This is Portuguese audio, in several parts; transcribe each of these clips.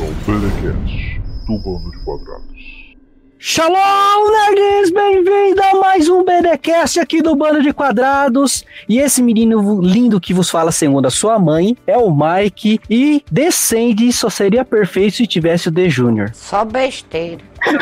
BDcast do Bando de Quadrados. Shalom, nerds! Bem-vindo a mais um BDcast aqui do Bando de Quadrados. E esse menino lindo que vos fala segundo a sua mãe é o Mike. E Descende só seria perfeito se tivesse o D Júnior. Só besteira.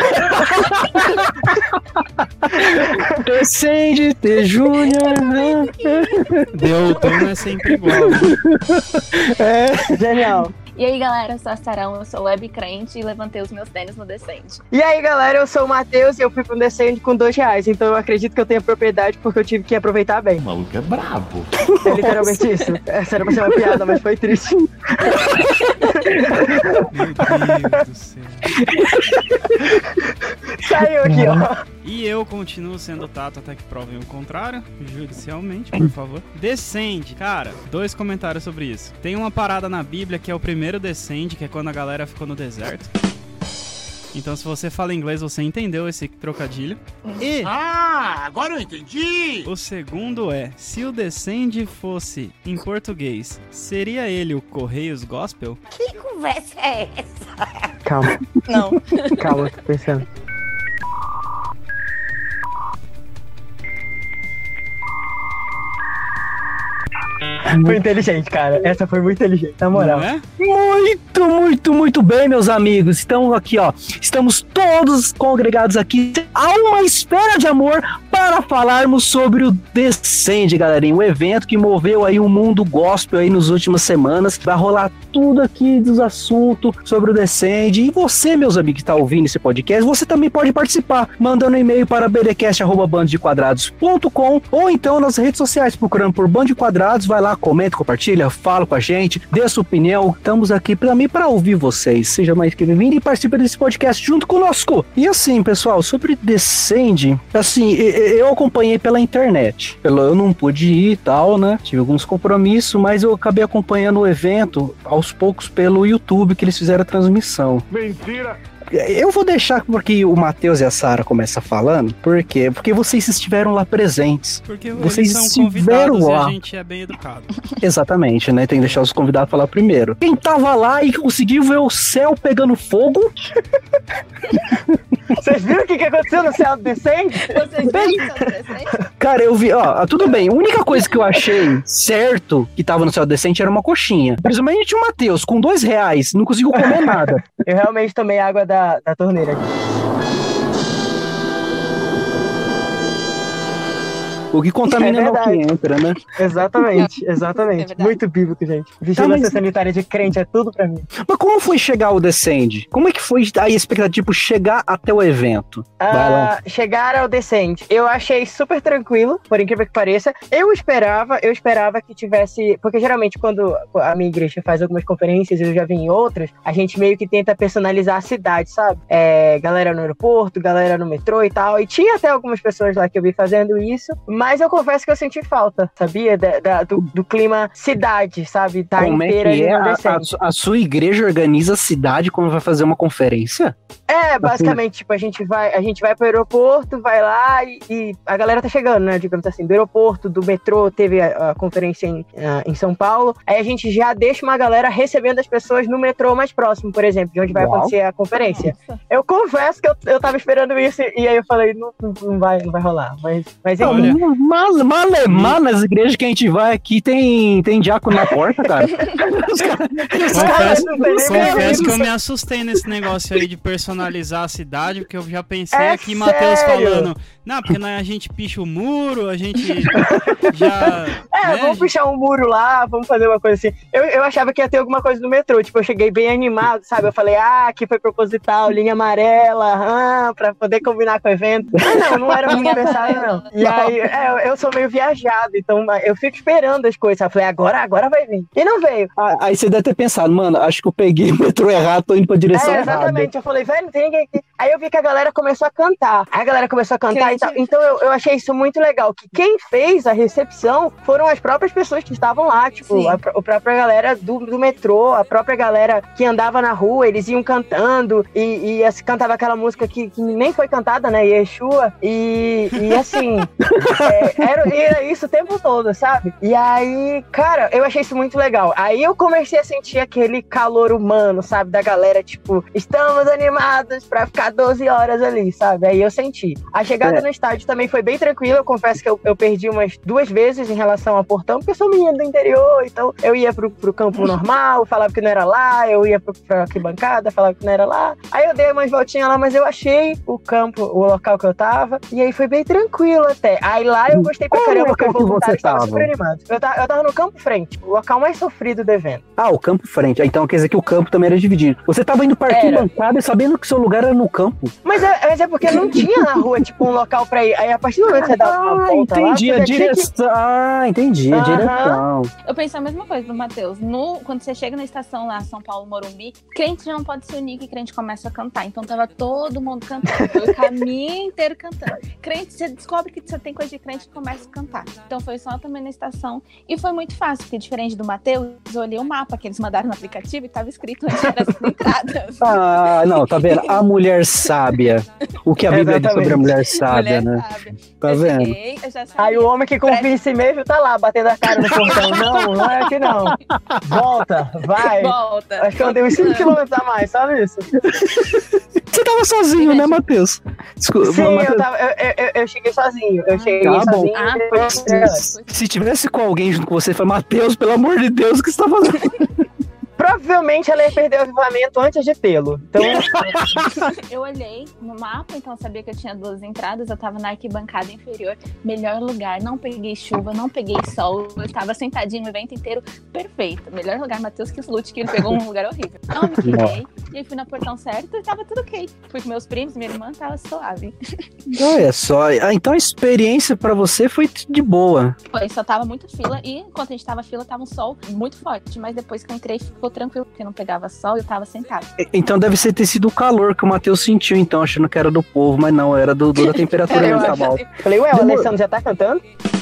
Descende, D Júnior. Deu outono é sempre igual. É, genial. E aí galera, eu sou a Sarão, eu sou web crente e levantei os meus tênis no Descende. E aí galera, eu sou o Matheus e eu fui pro Descende com R$2, então eu acredito que eu tenho propriedade porque eu tive que aproveitar bem. O maluco é brabo. É literalmente isso. Essa era pra ser uma piada, mas foi triste. Meu Deus do céu. Saiu aqui, ó. E eu continuo sendo Tato até que provem o contrário, judicialmente, por favor. Descende, cara, 2 comentários sobre isso. Tem uma parada na Bíblia que é o primeiro Descende, que é quando a galera ficou no deserto. Então se você fala inglês, você entendeu esse trocadilho. E... agora eu entendi! O segundo é, se o Descende fosse em português, seria ele o Correios Gospel? Que conversa é essa? Calma, Não. calma, tô pensando. Foi inteligente, cara. Essa foi muito inteligente, na moral. Não é? Muito bem, meus amigos. Então aqui, ó, estamos todos congregados aqui a uma espera de amor para falarmos sobre o Descende, galerinha. Um evento que moveu aí o mundo gospel aí nas últimas semanas. Vai rolar tudo aqui dos assuntos sobre o Descende. E você, meus amigos que estão ouvindo esse podcast, você também pode participar, mandando um e-mail para bdcast@bandodequadrados.com ou então nas redes sociais, procurando por Bando de Quadrados. Vai lá, comenta, compartilha, fala com a gente, dê a sua opinião. Estamos aqui também para ouvir vocês. Seja mais que bem-vindo e participe desse podcast junto conosco. E assim, pessoal, sobre Descende, assim, eu acompanhei pela internet. Eu não pude ir e tal, né? Tive alguns compromissos, mas eu acabei acompanhando o evento aos poucos pelo YouTube, que eles fizeram a transmissão. Mentira! Eu vou deixar porque o Matheus e a Sara começam falando. Por quê? Porque vocês estiveram lá presentes. Porque vocês eles são convidados lá. e a gente é bem educado. Exatamente, né? Tem que deixar os convidados falar primeiro. Quem tava lá e conseguiu ver o céu pegando fogo? Vocês viram o que aconteceu no céu do Descende? Vocês viram o Descende? Cara, eu vi, ó, tudo bem. A única coisa que eu achei certo que tava no céu decente era uma coxinha. Principalmente o Matheus, com R$2, não conseguiu comer nada. Eu realmente tomei água da torneira. O que contamina é o que entra, né? Exatamente. verdade. Muito bíblico, gente. Vigilância sanitária de crente é tudo pra mim. Mas como foi chegar o Descende? Como é que foi a expectativa, tipo, chegar até o evento? Vai lá. Chegar ao Descende. Eu achei super tranquilo, por incrível que pareça. Eu esperava que tivesse... Porque geralmente quando a minha igreja faz algumas conferências, eu já vi em outras, a gente meio que tenta personalizar a cidade, sabe? Galera no aeroporto, galera no metrô e tal. E tinha até algumas pessoas lá que eu vi fazendo isso, mas eu confesso que eu senti falta, sabia? Do clima cidade, sabe? Tá como inteira é que ali no Descende. a sua igreja organiza a cidade quando vai fazer uma conferência? Basicamente, tipo, a gente vai pro aeroporto, vai lá e a galera tá chegando, né? Digamos assim, do aeroporto, do metrô, teve a conferência em São Paulo. Aí a gente já deixa uma galera recebendo as pessoas no metrô mais próximo, por exemplo, de onde vai acontecer a conferência. Nossa. Eu confesso que eu tava esperando isso e aí eu falei, não vai rolar. Mas Olha, Malemar nas igrejas que a gente vai aqui tem diácono na porta, cara. Confesso que eu me assustei nesse negócio aí de personalizar a cidade, porque eu já pensei aqui sério? Matheus falando, não, porque a gente picha o muro, a gente já... né? Vamos puxar um muro lá, vamos fazer uma coisa assim. Eu achava que ia ter alguma coisa no metrô, tipo, eu cheguei bem animado, sabe? Eu falei, aqui foi proposital, linha amarela, pra poder combinar com o evento. Mas não era muito pensado, não. E aí, eu sou meio viajado, então eu fico esperando as coisas, sabe? Eu falei, agora vai vir. E não veio. Aí você deve ter pensado, mano, acho que eu peguei o metrô errado, tô indo pra direção errada. Exatamente. Eu falei, velho, não tem ninguém aqui. Aí eu vi que a galera começou a cantar. Aí a galera começou a cantar e tal. Então eu achei isso muito legal, que quem fez a recepção foram as próprias pessoas que estavam lá, tipo, Sim. a própria galera do metrô, a própria galera que andava na rua, eles iam cantando e cantava aquela música que nem foi cantada, né, Yeshua, e assim, era isso o tempo todo, sabe? E aí, cara, eu achei isso muito legal. Aí eu comecei a sentir aquele calor humano, sabe, da galera, tipo, estamos animados pra ficar 12 horas ali, sabe? Aí eu senti. A chegada no estádio também foi bem tranquila, eu confesso que eu perdi umas 2 vezes em relação ao portão, porque eu sou menina do interior, então eu ia pro campo normal, falava que não era lá, eu ia pra arquibancada, falava que não era lá. Aí eu dei umas voltinhas lá, mas eu achei o campo, o local que eu tava, e aí foi bem tranquilo até. Aí lá eu gostei pra caramba, porque local o que voluntário você estava tava? super animado. Eu tava no campo frente, o local mais sofrido do evento. Ah, o campo frente. Então quer dizer que o campo também era dividido. Você tava indo pra arquibancada sabendo que seu lugar era no campo. Mas é porque não tinha na rua, tipo, um local pra ir. Aí a partir do momento que você dava uma volta entendi lá, a você já tinha que... direção. Ah, entendi a Aham. direção. Eu pensei a mesma coisa do Matheus. Quando você chega na estação lá, São Paulo, Morumbi, crente já não pode se unir que crente começa a cantar. Então tava todo mundo cantando. Foi o caminho inteiro cantando. Crente, você descobre que você tem coisa de crente e começa a cantar. Então foi só também na estação. E foi muito fácil, porque diferente do Matheus, eu olhei o mapa que eles mandaram no aplicativo e tava escrito onde eram as entradas. Ah, não, tá vendo? A mulher sábia. O que a Bíblia diz sobre a mulher sábia, Mulher né? sábia. Tá Eu vendo? cheguei, eu já sabia. Aí o homem que confia em si mesmo tá lá, batendo a cara no portão. Não é aqui não. Volta, vai. Volta. Acho que eu andei uns 5 km a mais, só nisso. Você tava sozinho, né, Matheus? Desculpa, Sim, Matheus. eu cheguei sozinho. Eu cheguei Tá bom. sozinho. Ah, depois Se tivesse com alguém junto com você, foi Matheus, pelo amor de Deus, o que você tá fazendo? provavelmente ela ia perder o avivamento antes de tê-lo. Então, Eu olhei no mapa, então eu sabia que eu tinha 2 entradas. Eu tava na arquibancada inferior, melhor lugar. Não peguei chuva, não peguei sol. Eu tava sentadinho o evento inteiro, perfeito. Melhor lugar, Matheus Kislute, que ele pegou um lugar horrível. Não me queimei. E aí fui na portão certo e tava tudo ok. Fui com meus primos, minha irmã tava suave. Olha só, então a experiência pra você foi de boa. Foi, só tava muita fila. E enquanto a gente tava fila, tava um sol muito forte. Mas depois que eu entrei, ficou tranquilo, porque não pegava sol e eu tava sentada. Então deve ter sido o calor que o Matheus sentiu, então, achando que era do povo, mas não, era da temperatura eu que tava alta. falei, ué, o Alessandro já tá cantando?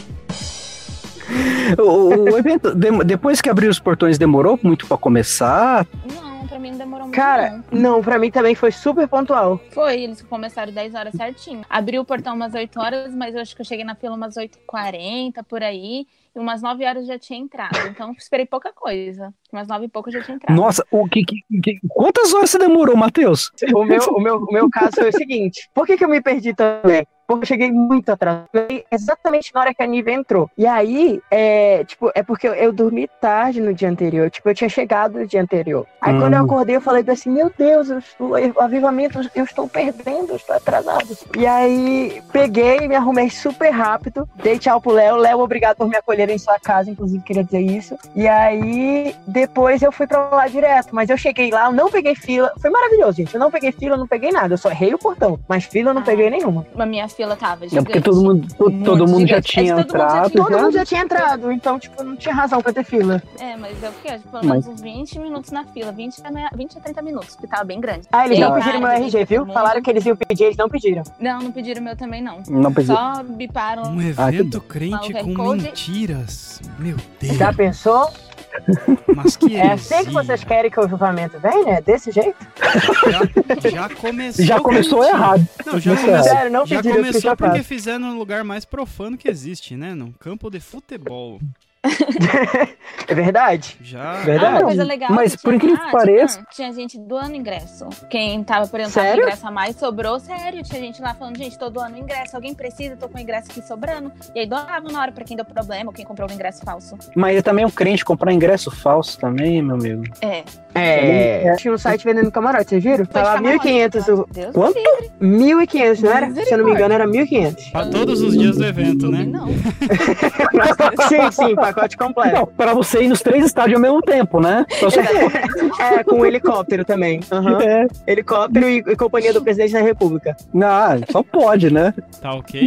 O evento, depois que abriu os portões, demorou muito pra começar? Não, pra mim não demorou muito. Cara, não, pra mim também foi super pontual. Foi, eles começaram 10 horas certinho. Abriu o portão umas 8 horas, mas eu acho que eu cheguei na fila umas 8h40, por aí. E umas 9 horas já tinha entrado. Então, esperei pouca coisa. Umas 9 e pouco eu já tinha entrado. Nossa, quantas horas você demorou, Matheus? O meu caso foi o seguinte. Por que eu me perdi também? Porque eu cheguei muito atrasado. Exatamente na hora que a Nive entrou. E aí, é porque eu dormi tarde no dia anterior. Tipo, eu tinha chegado no dia anterior. Aí quando eu acordei, eu falei assim, meu Deus, o avivamento, eu estou perdendo, eu estou atrasado. E aí, peguei, me arrumei super rápido. Dei tchau pro Léo. Léo, obrigado por me acolher em sua casa, inclusive, queria dizer isso. E aí, depois eu fui pra lá direto. Mas eu cheguei lá, eu não peguei fila. Foi maravilhoso, gente. Eu não peguei fila, eu não peguei nada. Eu só errei o portão. Mas fila eu não peguei nenhuma. A minha fila tava É gigante. porque todo mundo já gigante. tinha entrado. Todo mundo já tinha entrado, então, tipo, não tinha razão pra ter fila. É, mas eu fiquei, pelo menos uns 20 minutos na fila. 20 a 30 minutos, porque tava bem grande. Ah, eles Tem não pediram meu horário, RG, viu? todo mundo. Falaram que eles iam pedir, eles não pediram. Não pediram o meu também, não. Não pediu. Só biparam. Um evento crente Fala o com QR Code. mentiras. Meu Deus. Já pensou? Mas que É assim que vocês querem que o avivamento venha, né? Desse jeito? Já começou errado. Não, já Começou começou, Sério, não já pediram, eu fiquei começou porque chocado. fizeram no lugar mais profano que existe, né? No campo de futebol. É verdade? Já. Verdade. Uma coisa legal. Mas, que por tinha incrível lá, que pareça- tinha gente doando ingresso. Quem tava perguntando Sério? ingresso a mais, sobrou. Sério, tinha gente lá falando, gente, tô doando ingresso. Alguém precisa, tô com o ingresso aqui sobrando. E aí doavam na hora pra quem deu problema, ou quem comprou um ingresso falso. Mas também um crente comprar ingresso falso também, meu amigo. É. Tinha um site vendendo camarote, vocês viram? Foi de Tava camarote, 1.500 o... Deus Quanto? me livre. 1.500, não era? Se eu não me engano, era 1.500. Pra todos os dias do evento, né? Não. Sim, pacote completo. Não, pra você ir nos 3 estádios ao mesmo tempo, né? Só se for. É, com um helicóptero também. Aham. É. Helicóptero e companhia do presidente da República. Não, só pode, né? Tá ok?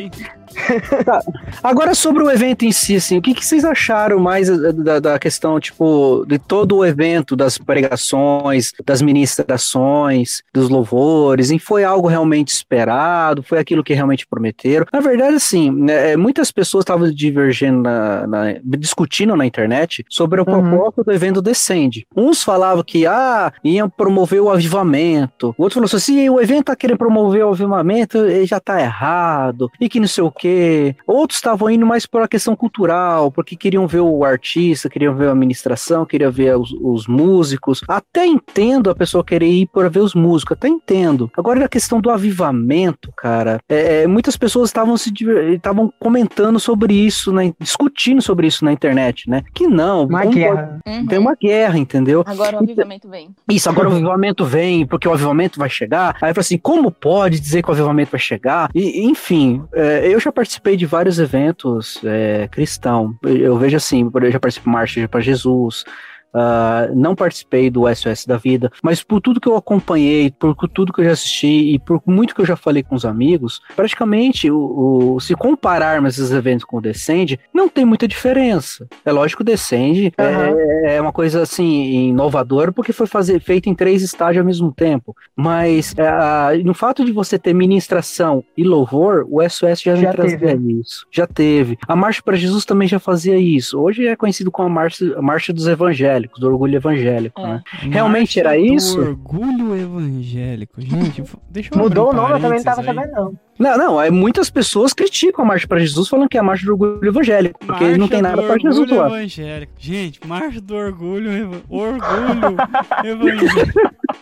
Tá. Agora sobre o evento em si, assim, o que vocês acharam mais da questão, tipo, de todo o evento, das pregações, das ministrações, dos louvores, e foi algo realmente esperado? Foi aquilo que realmente prometeram? Na verdade, assim, né, muitas pessoas estavam divergindo, discutindo na internet sobre a proposta do evento Descende. Uns falavam que, iam promover o avivamento. O outro falou assim, se o evento tá querendo promover o avivamento, ele já tá errado, e que não sei o quê. Outros estavam indo mais por uma questão cultural, porque queriam ver o artista, queriam ver a administração, queriam ver os músicos. Até entendo a pessoa querer ir para ver os músicos, até entendo. Agora, a questão do avivamento, cara, muitas pessoas estavam comentando sobre isso, né, discutindo sobre isso na internet, né? Que não. Uma guerra. Tem uma guerra, entendeu? Agora o avivamento vem. Isso, agora o avivamento vem, porque o avivamento vai chegar. Aí eu falo assim, como pode dizer que o avivamento vai chegar? E, enfim, eu já participei de vários eventos cristãos. Eu vejo assim, eu já participei de Marcha para Jesus. Não participei do SOS da Vida, mas por tudo que eu acompanhei, por tudo que eu já assisti e por muito que eu já falei com os amigos, praticamente, se compararmos esses eventos com o Descende, não tem muita diferença. É lógico que o Descende é uma coisa assim, inovadora, porque foi feito em 3 estágios ao mesmo tempo, mas no fato de você ter ministração e louvor, o SOS já trazia isso. Já teve. A Marcha para Jesus também já fazia isso. Hoje é conhecido como a Marcha dos Evangélicos, do orgulho evangélico, né? Realmente era isso? Orgulho evangélico. Gente, deixa eu Mudou o abrir um nome, eu também não tava parênteses sabendo, não. Não, muitas pessoas criticam a Marcha para Jesus, falando que é a Marcha do Orgulho Evangélico, porque Marcha não tem nada para Jesus lá. lá. Evangélico. Gente, Marcha do Orgulho Evangélico.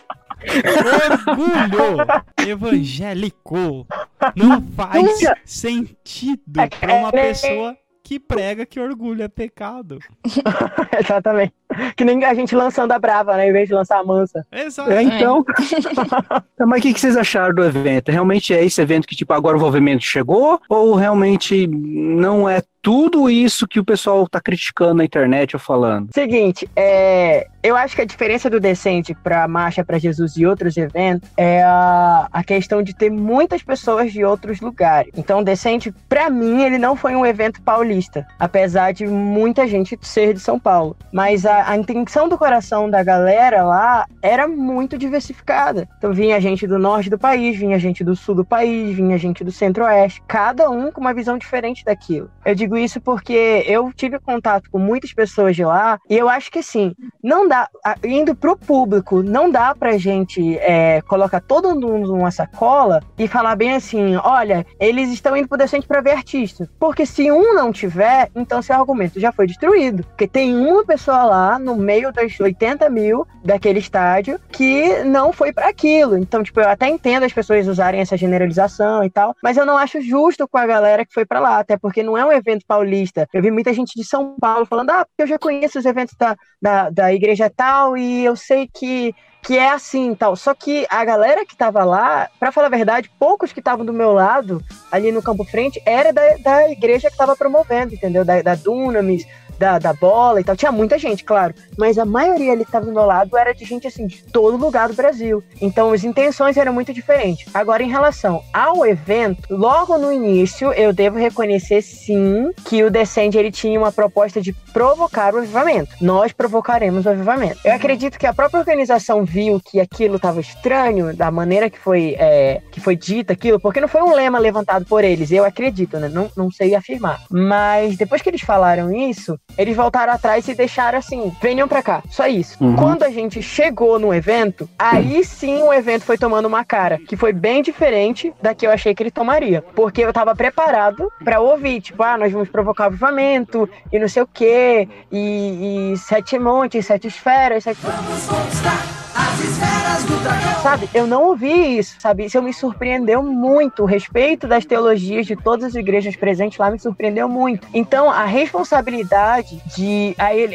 Orgulho evangélico não faz sentido para uma pessoa que prega que orgulho é pecado. Exatamente. Que nem a gente lançando a brava, né? Em vez de lançar a mansa. Exato. Então, mas o que vocês acharam do evento? Realmente é esse evento que, tipo, agora o envolvimento chegou? Ou realmente não é tudo isso que o pessoal tá criticando na internet ou falando? Seguinte, eu acho que a diferença do Descende pra Marcha para Jesus e outros eventos é a questão de ter muitas pessoas de outros lugares. Então, o Descende, pra mim, ele não foi um evento paulista, apesar de muita gente ser de São Paulo. Mas a intenção do coração da galera lá era muito diversificada. Então, vinha gente do norte do país, vinha gente do sul do país, vinha gente do centro-oeste, cada um com uma visão diferente daquilo. Eu digo isso porque eu tive contato com muitas pessoas de lá e eu acho que assim, não dá, indo pro público, não dá pra gente colocar todo mundo numa sacola e falar bem assim, olha, eles estão indo pro Descende pra ver artista. Porque se um não tiver, então seu argumento já foi destruído. Porque tem uma pessoa lá no meio das 80 mil daquele estádio que não foi pra aquilo. Então, tipo, eu até entendo as pessoas usarem essa generalização e tal, mas eu não acho justo com a galera que foi pra lá, até porque não é um evento paulista. Eu vi muita gente de São Paulo falando, porque eu já conheço os eventos da igreja tal e eu sei que é assim e tal. Só que a galera que tava lá, pra falar a verdade, poucos que estavam do meu lado, ali no Campo Frente, era da igreja que tava promovendo, entendeu? Da Dunamis, da bola e tal. Tinha muita gente, claro. Mas a maioria ali que tava do meu lado era de gente, assim, de todo lugar do Brasil. Então, as intenções eram muito diferentes. Agora, em relação ao evento, logo no início, eu devo reconhecer, sim, que o Descende, ele tinha uma proposta de provocar o avivamento. Nós provocaremos o avivamento. Eu acredito que a própria organização viu que aquilo estava estranho, da maneira que foi dito aquilo, porque não foi um lema levantado por eles, eu acredito, né? Não sei afirmar. Mas, depois que eles falaram isso, eles voltaram atrás e deixaram assim, venham pra cá, só isso. Quando a gente chegou no evento, aí sim o evento foi tomando uma cara, que foi bem diferente da que eu achei que ele tomaria. Porque eu tava preparado pra ouvir, tipo, nós vamos provocar avivamento, e não sei o quê, e 7 montes, 7 esferas, 7... Vamos conquistar as esferas do dragão. Sabe, eu não ouvi isso, sabe? Isso me surpreendeu muito. O respeito das teologias de todas as igrejas presentes lá me surpreendeu muito. Então, a responsabilidade de... Aí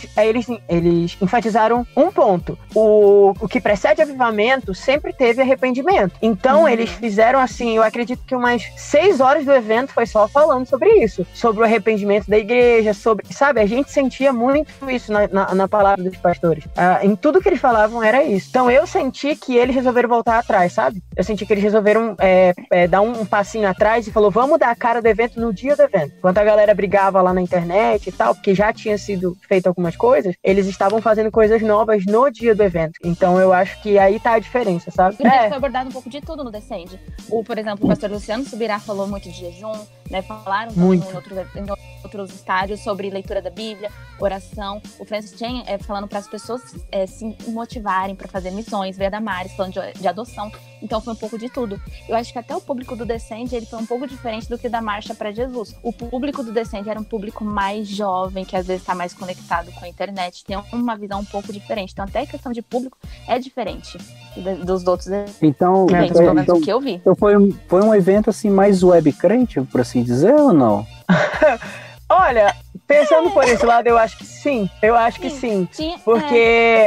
eles enfatizaram um ponto. O que precede avivamento sempre teve arrependimento. Então, eles fizeram assim, eu acredito que umas 6 horas do evento foi só falando sobre isso. Sobre o arrependimento da igreja, sobre... Sabe, a gente sentia muito isso na palavra dos pastores. Em tudo que eles falavam era isso. Então eu senti que eles resolveram voltar atrás, sabe? Eu senti que eles resolveram dar um passinho atrás e falou, vamos dar a cara do evento no dia do evento. Enquanto a galera brigava lá na internet e tal, porque já tinha sido feito algumas coisas, eles estavam fazendo coisas novas no dia do evento. Então eu acho que aí tá a diferença, sabe? Foi abordado um pouco de tudo no Descende. Por exemplo, o pastor Luciano Subirá falou muito de jejum, né? Falaram em outros estádios sobre leitura da Bíblia, oração. O Francis Chan falando para as pessoas se motivarem para fazer missões, Veia Damares falando de adoção. Então foi um pouco de tudo. Eu acho que até o público do Descende ele foi um pouco diferente do que da Marcha para Jesus. O público do Descende era um público mais jovem, que às vezes está mais conectado com a internet, tem uma visão um pouco diferente. Então até a questão de público é diferente dos outros então, eventos, pelo menos o que eu vi. Então foi um evento assim mais web crente, por assim dizer, ou não? Olha, pensando por esse lado, eu acho que sim. Eu acho que sim. Porque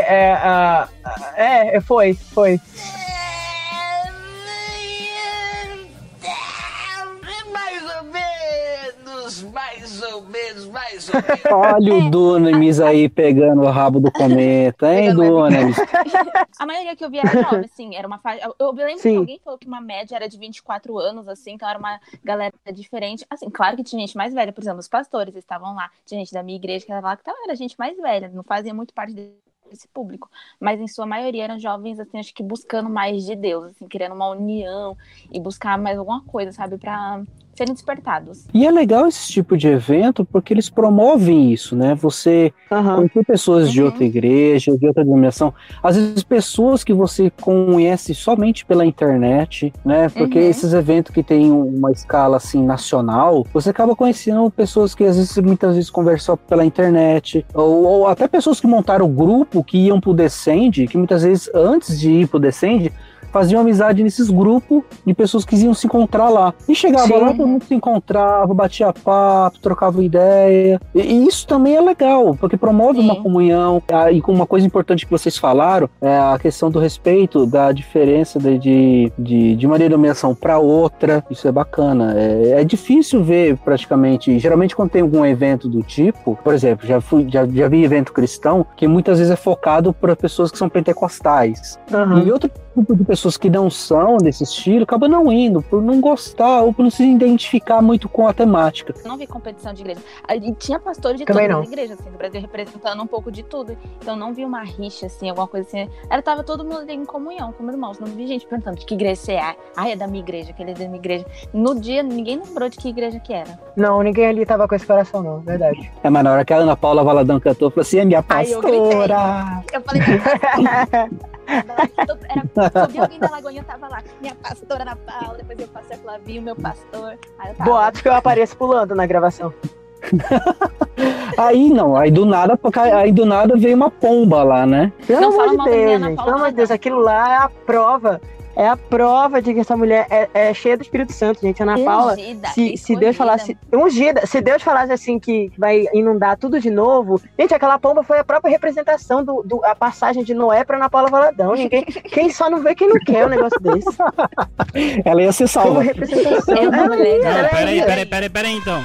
foi. Mais ou menos. Olha o Dunamis aí pegando o rabo do cometa, hein, Dunamis? A maioria que eu vi era jovem, assim, era uma faixa. Eu lembro que alguém falou que uma média era de 24 anos, assim, então era uma galera diferente. Assim, claro que tinha gente mais velha, por exemplo, os pastores estavam lá, tinha gente da minha igreja que estava lá, então era gente mais velha, não fazia muito parte desse público, mas em sua maioria eram jovens, assim, acho que buscando mais de Deus, assim, querendo uma união e buscar mais alguma coisa, sabe, pra serem despertados. E é legal esse tipo de evento porque eles promovem isso, né? Você conhecer pessoas de outra igreja, de outra denominação, às vezes pessoas que você conhece somente pela internet, né? Porque esses eventos que tem uma escala assim nacional, você acaba conhecendo pessoas que às vezes muitas vezes conversam pela internet, ou até pessoas que montaram grupo que iam pro Descende, que muitas vezes antes de ir pro Descende faziam amizade nesses grupos de pessoas que iam se encontrar lá. E chegava lá, todo mundo se encontrava, batia papo, trocava ideia. E isso também é legal, porque promove uma comunhão. E com uma coisa importante que vocês falaram, é a questão do respeito, da diferença de uma denominação para outra. Isso é bacana. É difícil ver praticamente, geralmente quando tem algum evento do tipo, por exemplo, já vi evento cristão, que muitas vezes é focado para pessoas que são pentecostais. E outro grupo de pessoas que não são desse estilo acaba não indo, por não gostar ou por não se identificar muito com a temática. Eu não vi competição de igreja. E tinha pastores de todas as igrejas, assim, do Brasil, representando um pouco de tudo. Então não vi uma rixa, assim, alguma coisa assim. Tava todo mundo em comunhão, como irmãos. Não vi gente perguntando de que igreja você é. É da minha igreja, aquele é da minha igreja. No dia, ninguém lembrou de que igreja que era. Não, ninguém ali tava com esse coração, não, verdade. Mas na hora que a Ana Paula Valadão cantou, falou assim, é minha pastora. Eu falei, minha pastora. Eu vi alguém da Lagoinha, tava lá, minha pastora Ana Paula, depois eu passei a Flavinho, meu pastor. Boatos que eu apareço pulando na gravação. Aí do nada veio uma pomba lá, né? Pelo amor de Deus, gente, pelo amor de Deus, aquilo lá é a prova. É a prova de que essa mulher é cheia do Espírito Santo, gente. Ana Paula, se Deus falasse ungida, se Deus falasse assim que vai inundar tudo de novo, gente, aquela pomba foi a própria representação a passagem de Noé para Ana Paula Valadão. Quem só não vê, quem não quer um negócio desse. Ela ia ser salva. Como representação. Peraí, então.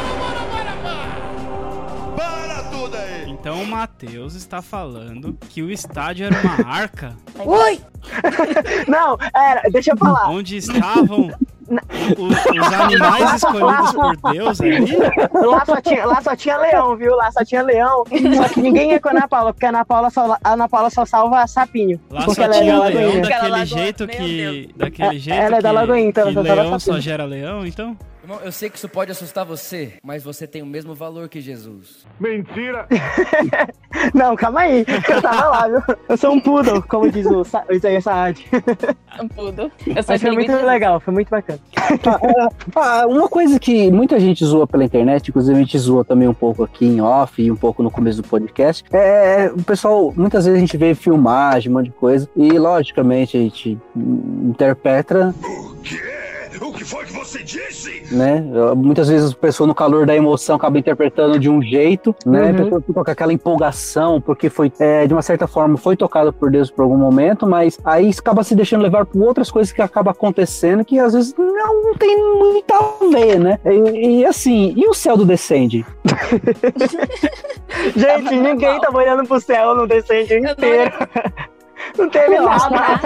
Então o Matheus está falando que o estádio era uma arca? Ui! Não, deixa eu falar. Onde estavam os animais escolhidos por Deus ali? Lá só tinha leão, viu? Lá só tinha leão. Só que ninguém ia com a Ana Paula, porque a Ana Paula só salva sapinho. Lá só tinha leão daquele jeito que... Ela é da Lagoinha, então. Que leão só gera leão, então? Irmão, eu sei que isso pode assustar você, mas você tem o mesmo valor que Jesus. Mentira! Não, calma aí. Eu tava lá, viu? Eu sou um poodle, como diz o Isaías Saad. Um poodle. Mas foi muito legal, foi muito bacana. Uma coisa que muita gente zoa pela internet, inclusive a gente zoa também um pouco aqui em off e um pouco no começo do podcast, o pessoal, muitas vezes a gente vê filmagem, um monte de coisa, e logicamente a gente interpreta... O quê? O que foi que você disse? Né? Muitas vezes a pessoa no calor da emoção acaba interpretando de um jeito, né? A pessoa fica com aquela empolgação, porque foi, de uma certa forma, foi tocada por Deus por algum momento, mas aí acaba se deixando levar por outras coisas que acabam acontecendo que às vezes não tem muito a ver, né? E assim, e o céu do Descende? Gente, ninguém tava olhando pro céu no Descende inteiro. Não teve nada.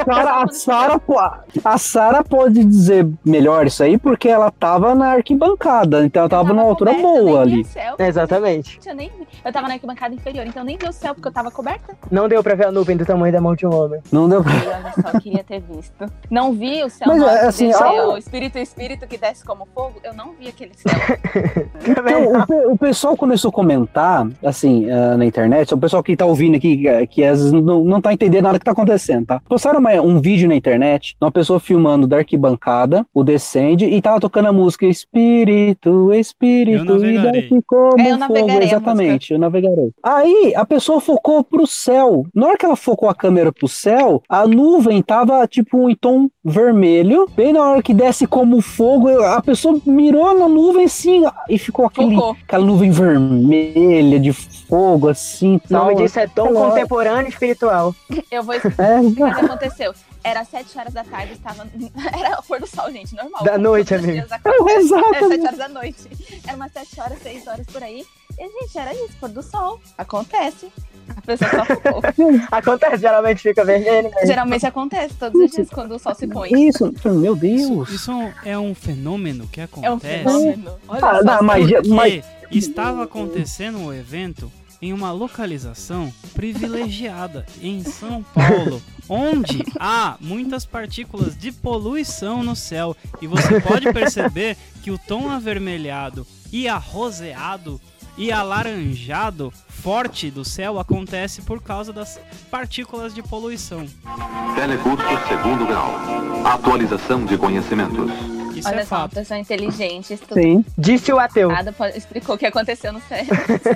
A Sara pode dizer melhor isso aí, porque ela tava na arquibancada, então ela tava numa altura boa ali. Exatamente. Eu tava na arquibancada inferior, então nem vi o céu, porque eu tava coberta. Não deu pra ver a nuvem do tamanho da mão de um homem. Não deu pra... Olha só, queria ter visto. Não vi o céu Mas, nosso, assim, o espírito que desce como fogo, eu não vi aquele céu. Então, o pessoal começou a comentar, assim, na internet, o pessoal que tá ouvindo aqui, que às vezes não tá entendendo nada que tá acontecendo, tá? Postaram um vídeo na internet, uma pessoa filmando da arquibancada, o Descende, e tava tocando a música Espírito, Espírito, e desce como fogo. Exatamente, eu navegarei. Aí, a pessoa focou pro céu. Na hora que ela focou a câmera pro céu, a nuvem tava, tipo, em tom vermelho, bem na hora que desce como fogo, a pessoa mirou na nuvem, assim, e ficou aquela nuvem vermelha de fogo, assim. O nome disso é tom contemporâneo espiritual. Eu vou explicar o que aconteceu. Era 7 horas da tarde, era o pôr do sol, gente, normal. Da noite, amigo. Exato. Era 7 horas da noite. Era umas 7 horas, 6 horas por aí. E, gente, era isso, pôr do sol. Acontece. A pessoa só focou. Acontece, geralmente fica vermelho. Mas... Geralmente acontece todos os dias quando o sol se põe. Isso, meu Deus. Isso é um fenômeno que acontece. É um fenômeno. Olha mas estava acontecendo o evento em uma localização privilegiada em São Paulo, onde há muitas partículas de poluição no céu, e você pode perceber que o tom avermelhado e arroseado e alaranjado forte do céu acontece por causa das partículas de poluição. Telecurso 2º grau. Atualização de conhecimentos. Isso olha é só, fato. pessoa inteligente. Sim. Disse o ateu. Explicou o que aconteceu no céu.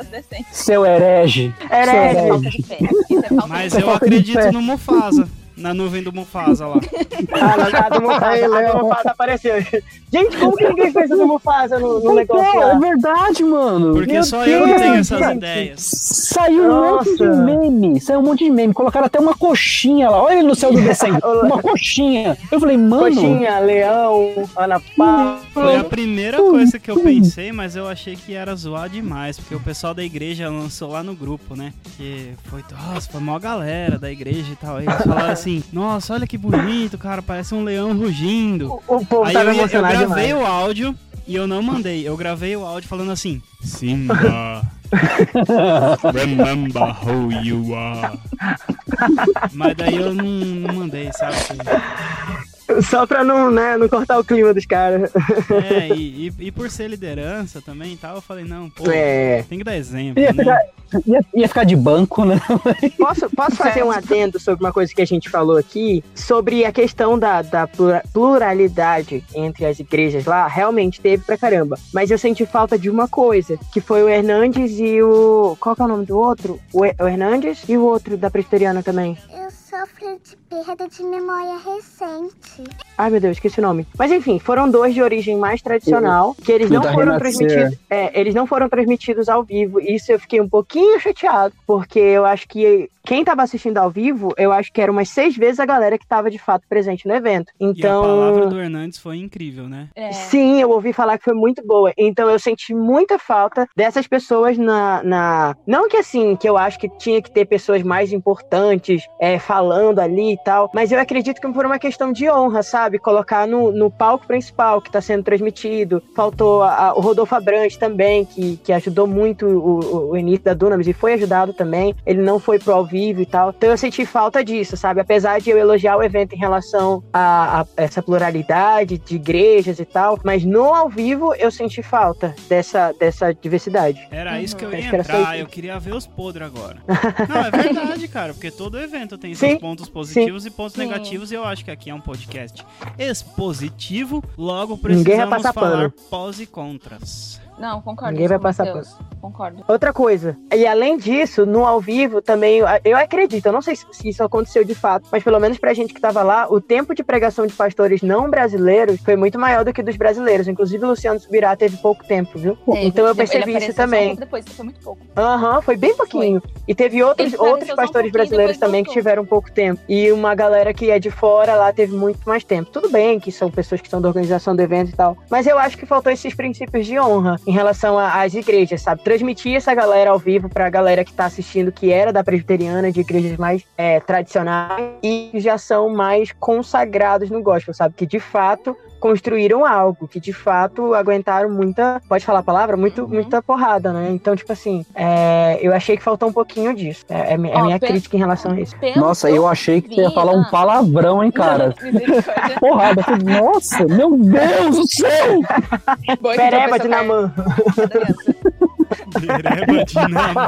Seu herege. Falta de fé. Isso é falta Mas de fé. eu acredito no Mufasa. Na nuvem do Mufasa lá. A do Mufasa apareceu. Gente, como que ninguém fez a do Mufasa no negócio lá? É verdade, mano. Porque Meu só Deus, eu tenho essas cara. ideias. Saiu um monte de meme. Colocaram até uma coxinha lá. Olha ele no céu do Descende. Uma coxinha. Eu falei, mano... Coxinha, leão, Ana Paula. Foi a primeira coisa que eu pensei, mas eu achei que era zoar demais, porque o pessoal da igreja lançou lá no grupo, né? Que foi mó galera da igreja e tal. Aí eles falaram assim, nossa, olha que bonito, cara, parece um leão rugindo. O povo aí tava eu emocionado gravei demais. o áudio e eu não mandei. Eu gravei o áudio falando assim, Simba, remember who you are. Mas daí eu não mandei, sabe? Só pra não cortar o clima dos caras. E por ser liderança também e tal, eu falei, não, pô, tem que dar exemplo, Ia ficar de banco, né? Posso fazer um adendo sobre uma coisa que a gente falou aqui? Sobre a questão da pluralidade entre as igrejas lá, realmente teve pra caramba. Mas eu senti falta de uma coisa, que foi o Hernandes e o... Qual que é o nome do outro? O Hernandes e o outro da presbiteriana também. Eu sofro de perda de memória recente. Ai, meu Deus, esqueci o nome. Mas enfim, foram dois de origem mais tradicional, que eles não foram transmitidos. Eles não foram transmitidos ao vivo. Isso eu fiquei um pouquinho chateado, porque eu acho que quem tava assistindo ao vivo, eu acho que era umas 6 vezes a galera que tava de fato presente no evento. Então, e a palavra do Hernandes foi incrível, né? Sim, eu ouvi falar que foi muito boa. Então eu senti muita falta dessas pessoas Não que assim, que eu acho que tinha que ter pessoas mais importantes falando ali e tal, mas eu acredito que por uma questão de honra, sabe? Colocar no palco principal que tá sendo transmitido. Faltou o Rodolfo Abrantes também, que ajudou muito o início da Dunamis e foi ajudado também. Ele não foi pro ao vivo e tal. Então eu senti falta disso, sabe? Apesar de eu elogiar o evento em relação a essa pluralidade de igrejas e tal, mas no ao vivo eu senti falta dessa diversidade. Era isso que eu ia entrar, eu queria ver os podres agora. Não, é verdade, cara, porque todo evento tem seus pontos positivos e pontos negativos, e eu acho que aqui é um podcast expositivo, logo precisamos falar pós e contras. Não, concordo. Ninguém vai passar pano. Concordo. Outra coisa, e além disso, no ao vivo também, eu acredito, eu não sei se isso aconteceu de fato, mas pelo menos pra gente que tava lá, o tempo de pregação de pastores não brasileiros foi muito maior do que dos brasileiros. Inclusive o Luciano Subirá teve pouco tempo, viu? Então eu percebi isso também. Depois, foi muito pouco. Foi bem pouquinho. E teve outros Eles ficaram só um pastores pouquinho, brasileiros depois também que voltou. tiveram pouco tempo. E uma galera que é de fora lá teve muito mais tempo. Tudo bem que são pessoas que são da organização do evento e tal, mas eu acho que faltou esses princípios de honra em relação às igrejas, sabe? Transmitir essa galera ao vivo pra galera que tá assistindo, que era da presbiteriana, de igrejas mais tradicionais e que já são mais consagrados no gospel, sabe? Que de fato construíram algo, que de fato aguentaram muita, pode falar a palavra? Muita porrada, né? Então, tipo assim, eu achei que faltou um pouquinho disso. É minha crítica em relação a isso. Nossa, eu achei que você ia falar um palavrão, hein, cara? Porrada. Nossa, meu Deus do céu! Pereba de Namã. Pereba de Namã.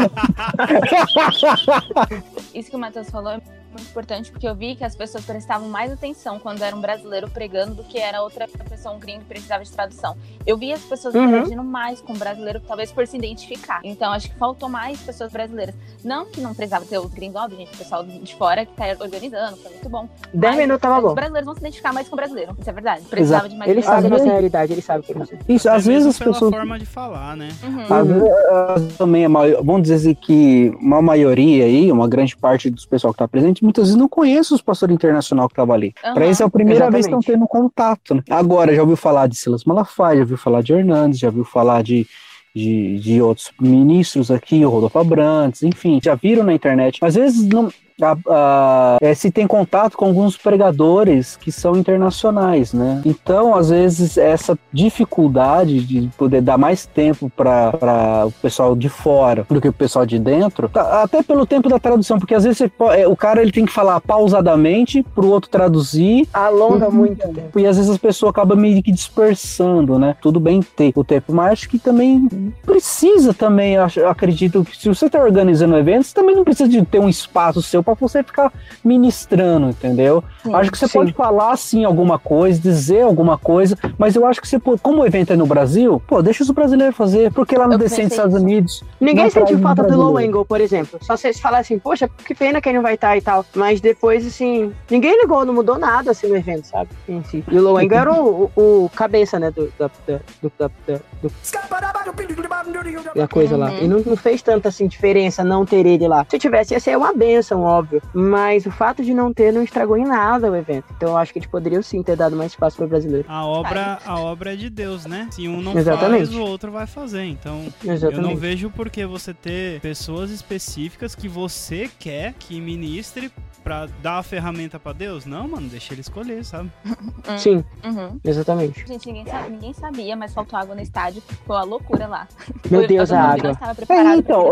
Isso que o Matheus falou é muito importante, porque eu vi que as pessoas prestavam mais atenção quando era um brasileiro pregando do que era outra pessoa, um gringo que precisava de tradução. Eu vi as pessoas interagindo mais com o brasileiro, talvez por se identificar. Então, acho que faltou mais pessoas brasileiras. Não que não precisava ter os gringos, óbvio, gente, o pessoal de fora que tá organizando, foi muito bom. 10 minutos tava bom. Os brasileiros vão se identificar mais com o brasileiro, isso é verdade. Precisava de mais Eles sabem brasileiros. nossa realidade, eles sabem o que é isso. Isso, às vezes as pela pessoas... forma de falar, né? Às vezes, também, vamos dizer que uma maioria aí, uma grande parte dos pessoal que tá presente, muitas vezes não conhece os pastores internacionais que estavam ali. Pra isso é a primeira vez que estão tendo contato, né? Agora, já ouviu falar de Silas Malafaia, já ouviu falar de Hernandes, já ouviu falar de outros ministros aqui, o Rodolfo Abrantes, enfim, já viram na internet. Às vezes não... se tem contato com alguns pregadores que são internacionais, né? Então, às vezes, essa dificuldade de poder dar mais tempo para o pessoal de fora do que o pessoal de dentro, até pelo tempo da tradução, porque às vezes o cara ele tem que falar pausadamente para o outro traduzir. Alonga muito tempo. E às vezes as pessoas acabam meio que dispersando, né? Tudo bem ter o tempo, mas acho que também precisa também, eu acredito que se você está organizando um evento, você também não precisa de ter um espaço seu para você ficar ministrando, entendeu? Sim, acho que você pode falar, sim, alguma coisa, dizer alguma coisa, mas eu acho que você pode, como o evento é no Brasil, deixa os brasileiros fazer, porque lá no Descende dos Estados Unidos... Ninguém sentiu falta do Low Angle, por exemplo. Só vocês falaram assim, poxa, que pena que ele não vai estar e tal. Mas depois, assim, ninguém ligou, não mudou nada, assim, no evento, sabe? Em si. E o Low Angle era o cabeça, né, da coisa lá. E não fez tanta, assim, diferença não ter ele lá. Se tivesse, ia ser uma bênção, óbvio. Mas o fato de não ter não estragou em nada o evento. Então eu acho que eles poderiam sim ter dado mais espaço para o brasileiro. A obra é de Deus, né? Se um não Exatamente. faz, o outro vai fazer. Então, Exatamente. eu não vejo por que você ter pessoas específicas que você quer que ministre pra dar a ferramenta pra Deus. Não, mano, deixa ele escolher, sabe? Sim, exatamente. Gente, ninguém sabia, mas faltou água no estádio. Foi uma loucura lá. Meu Deus, a água. Não estava preparado então,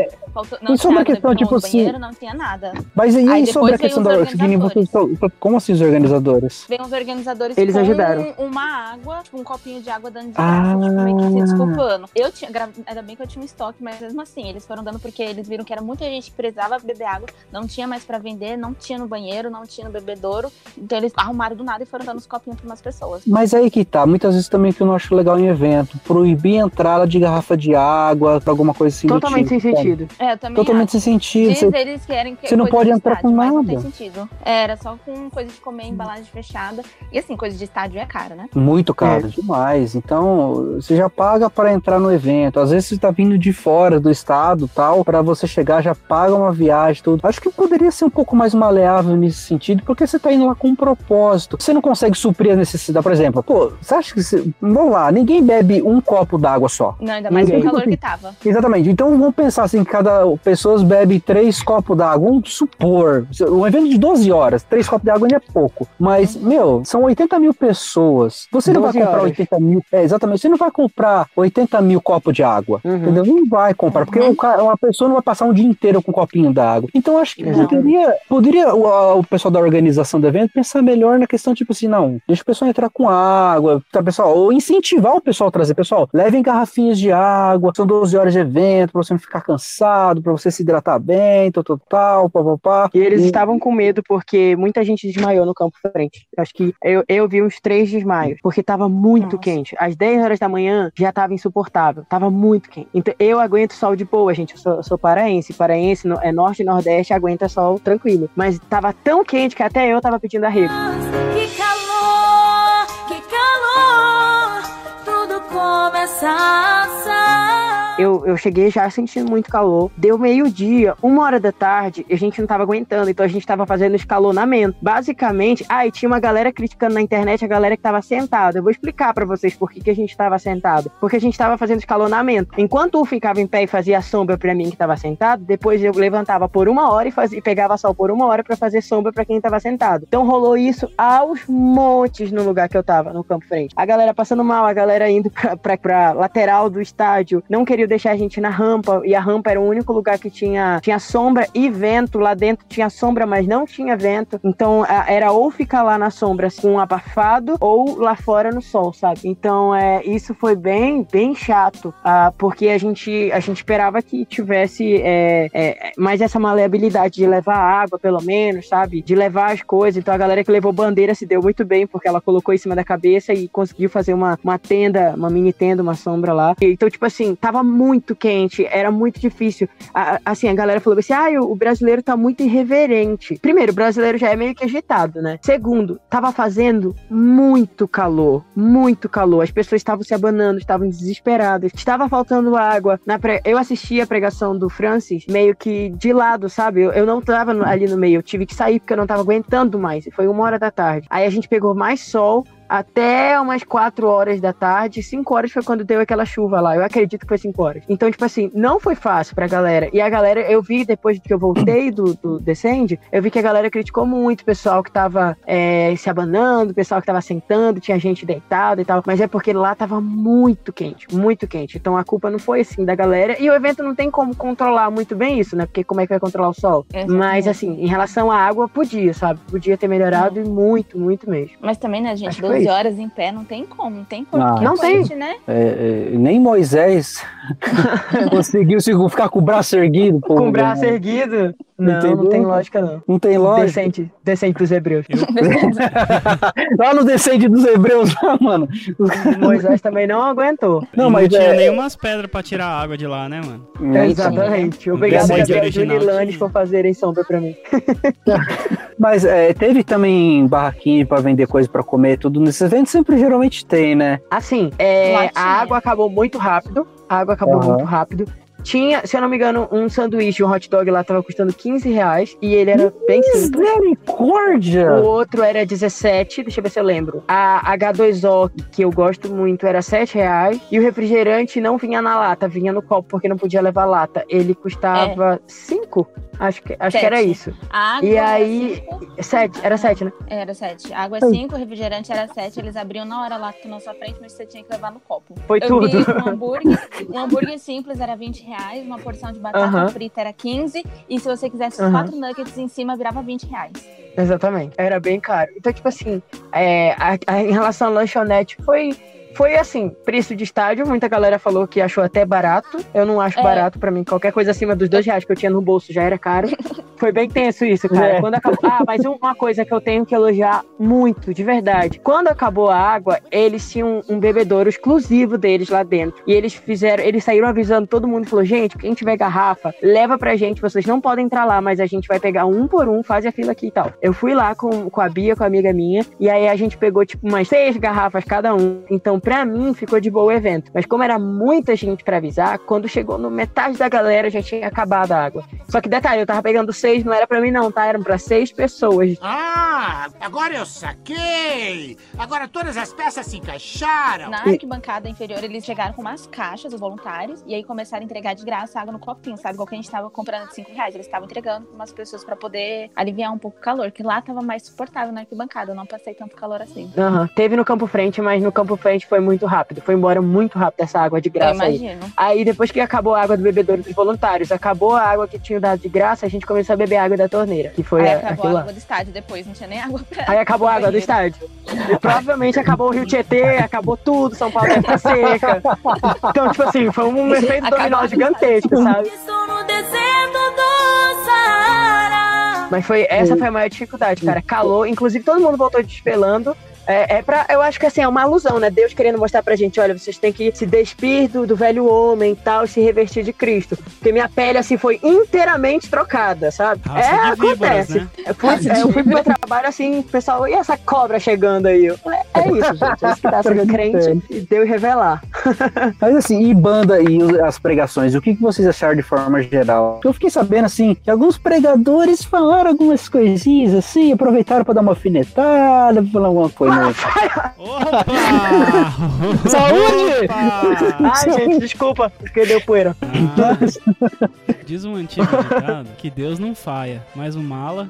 não e sobre tinha a questão, tipo no banheiro, assim... não tinha nada. Mas e Aí sobre a depois questão veio da... Como assim os organizadores? Veio uns organizadores Eles com ajudaram. uma água, tipo um copinho de água dando de graça, tipo, meio que se desculpando. Ainda bem que eu tinha um estoque, mas mesmo assim, eles foram dando porque eles viram que era muita gente que precisava beber água, não tinha mais pra vender, não tinha no banheiro, não tinha no bebedouro, então eles arrumaram do nada e foram dando os copinhos pra umas pessoas. Mas aí que tá, muitas vezes também que eu não acho legal em evento, proibir a entrada de garrafa de água, alguma coisa assim. Totalmente sem sentido. Eu também Totalmente sem sentido. Eles querem que você não pode entrar com nada. Não tem sentido. Era só com coisa de comer, embalagem fechada. E assim, coisa de estádio é cara, né? Muito caro, demais. Então, você já paga para entrar no evento. Às vezes você tá vindo de fora do estado, tal, para você chegar, já paga uma viagem, tudo. Acho que poderia ser um pouco mais maleável nesse sentido, porque você tá indo lá com um propósito. Você não consegue suprir a necessidade, por exemplo, você acha que vamos lá, ninguém bebe um copo d'água só. Não, ainda mais no calor que tava. Exatamente. Então vamos pensar assim, cada pessoa bebe 3 copos d'água, vamos supor, um evento de 12 horas, 3 copos d'água ainda é pouco, mas, são 80 mil pessoas, você não vai comprar 80 mil, exatamente, você não vai comprar 80 mil copos de água, entendeu? Não vai comprar, porque uma pessoa não vai passar um dia inteiro com um copinho d'água. Então acho que poderia o pessoal da organização do evento pensar melhor na questão, tipo assim, não, deixa o pessoal entrar com água, tá, pessoal, ou incentivar o pessoal a trazer, pessoal, levem garrafinhas de água, são 12 horas de evento, pra você não ficar cansado, pra você se hidratar bem, tal, pá. E eles estavam com medo porque muita gente desmaiou no campo frente. Acho que eu vi uns 3 desmaios, porque tava muito quente. Às 10 horas da manhã já tava insuportável, tava muito quente. Então eu aguento sol de boa, gente, eu sou paraense é norte e nordeste, aguenta sol tranquilo. Mas tava tão quente que até eu tava pedindo arrego. Que calor, tudo começa a assar. eu cheguei já sentindo muito calor. Deu meio-dia, 1h da tarde, e a gente não tava aguentando, então a gente tava fazendo escalonamento. Basicamente, e tinha uma galera criticando na internet a galera que tava sentada. Eu vou explicar pra vocês por que a gente tava sentado. Porque a gente tava fazendo escalonamento. Enquanto um ficava em pé e fazia a sombra pra mim que tava sentado, depois eu levantava por 1h e pegava sol por 1h pra fazer sombra pra quem tava sentado. Então rolou isso aos montes no lugar que eu tava, no campo frente. A galera passando mal, a galera indo pra lateral do estádio, não queria deixar a gente na rampa, e a rampa era o único lugar que tinha sombra e vento. Lá dentro tinha sombra, mas não tinha vento. Então era ou ficar lá na sombra com um abafado, ou lá fora no sol, sabe? Então isso foi bem chato, porque a gente esperava que tivesse mais essa maleabilidade de levar água, pelo menos, sabe? De levar as coisas. Então a galera que levou bandeira se deu muito bem, porque ela colocou em cima da cabeça e conseguiu fazer uma tenda, uma mini tenda, uma sombra lá. Então, tipo assim, tava muito quente, era muito difícil. Assim, a galera falou assim, o brasileiro tá muito irreverente. Primeiro, o brasileiro já é meio que agitado, né? Segundo, tava fazendo muito calor. As pessoas estavam se abanando, estavam desesperadas, estava faltando água. Eu assisti a pregação do Francis meio que de lado, sabe? Eu não tava ali no meio, eu tive que sair porque eu não tava aguentando mais. Foi 1h da tarde. Aí a gente pegou mais sol até umas 4h da tarde. 5h foi quando deu aquela chuva lá. Eu acredito que foi 5h. Então, tipo assim, não foi fácil pra galera. E a galera, eu vi depois que eu voltei do Descende, eu vi que a galera criticou muito o pessoal que tava se abanando, o pessoal que tava sentando, tinha gente deitada e tal. Mas é porque lá tava muito quente, muito quente. Então a culpa não foi assim da galera. E o evento não tem como controlar muito bem isso, né? Porque como é que vai controlar o sol? Exatamente. Mas assim, em relação à água, podia, sabe? Podia ter melhorado e muito, muito mesmo. Mas também, né, gente? 12 horas em pé, não tem como, não tem como. Não tem, né? Nem Moisés conseguiu ficar com o braço erguido. Pô, com o braço erguido? Não tem lógica, não. Não tem lógica. Descende dos Hebreus. Lá no Descende dos Hebreus, lá, mano. Moisés também não aguentou. Não tinha nenhumas pedras pra tirar a água de lá, né, mano? Exatamente. Obrigado, Gabriel e Junilanes, por fazerem sombra pra mim. Mas teve também barraquinha pra vender coisa pra comer, tudo nesses eventos sempre geralmente tem, né? Assim, a água acabou muito rápido. Muito rápido. Tinha, se eu não me engano, um sanduíche, um hot dog lá tava custando R$15 e ele era bem simples. Misericórdia! O outro era 17, deixa eu ver se eu lembro. A H2O, que eu gosto muito, era R$7 e o refrigerante não vinha na lata, vinha no copo porque não podia levar lata. Ele custava 5? Acho que era isso. A água e aí, 7, era 7, né? Era 7. A água é 5, o refrigerante era 7. Eles abriam na hora lá na sua frente, mas você tinha que levar no copo. Foi tudo. Vi um hambúrguer simples era R$20, uma porção de batata frita era 15, e se você quisesse 4 nuggets em cima, virava R$20. Exatamente. Era bem caro. Então, tipo assim, em relação à lanchonete, foi assim, preço de estádio, muita galera falou que achou até barato. Eu não acho barato, pra mim, qualquer coisa acima dos R$2 que eu tinha no bolso já era caro. Foi bem tenso isso, cara. Quando acabou... mas uma coisa que eu tenho que elogiar muito, de verdade. Quando acabou a água, eles tinham um bebedouro exclusivo deles lá dentro. E eles saíram avisando todo mundo, falou, gente, quem tiver garrafa, leva pra gente, vocês não podem entrar lá, mas a gente vai pegar um por um, faz a fila aqui e tal. Eu fui lá com a Bia, com a amiga minha, e aí a gente pegou, tipo, umas 6 garrafas cada um. Então, pra mim, ficou de boa o evento. Mas como era muita gente pra avisar, quando chegou no metade da galera, já tinha acabado a água. Só que detalhe, eu tava pegando 6, não era pra mim não, tá? Eram pra 6 pessoas. Agora eu saquei! Agora todas as peças se encaixaram! Na arquibancada inferior, eles chegaram com umas caixas, os voluntários, e aí começaram a entregar de graça água no copinho, sabe? Igual que a gente tava comprando de R$5. Eles estavam entregando pra umas pessoas pra poder aliviar um pouco o calor, que lá tava mais suportável na arquibancada, eu não passei tanto calor assim. Teve no Campo Frente, mas no Campo Frente foi muito rápido. Foi embora muito rápido essa água de graça. Eu imagino. Aí depois que acabou a água do bebedouro dos voluntários, acabou a água que tinha dado de graça, a gente começou a beber água da torneira. Que foi aí acabou a água do estádio depois, não tinha nem água pra... Aí acabou a água do estádio. E provavelmente acabou o Rio Tietê, acabou tudo, São Paulo ia ficar seca. Então, tipo assim, foi um efeito dominó gigantesco, sabe? Mas essa foi a maior dificuldade, cara. Calor, inclusive todo mundo voltou despelando. Eu acho que assim, é uma alusão, né? Deus querendo mostrar pra gente, olha, vocês têm que se despir do velho homem e tal, se revestir de Cristo. Porque minha pele, assim, foi inteiramente trocada, sabe? Acontece. Víboras, né? Eu fui pro meu trabalho, assim, o pessoal, e essa cobra chegando aí? Eu falei, É isso, gente. É isso que tá sendo crente e Deus revelar. Mas assim, e banda e as pregações, o que vocês acharam de forma geral? Eu fiquei sabendo, assim, que alguns pregadores falaram algumas coisinhas, assim, aproveitaram pra dar uma alfinetada, pra falar alguma coisa. Opa! Saúde! Ai, gente, desculpa, porque deu poeira. Diz um antigo ditado que Deus não falha, mas o mala...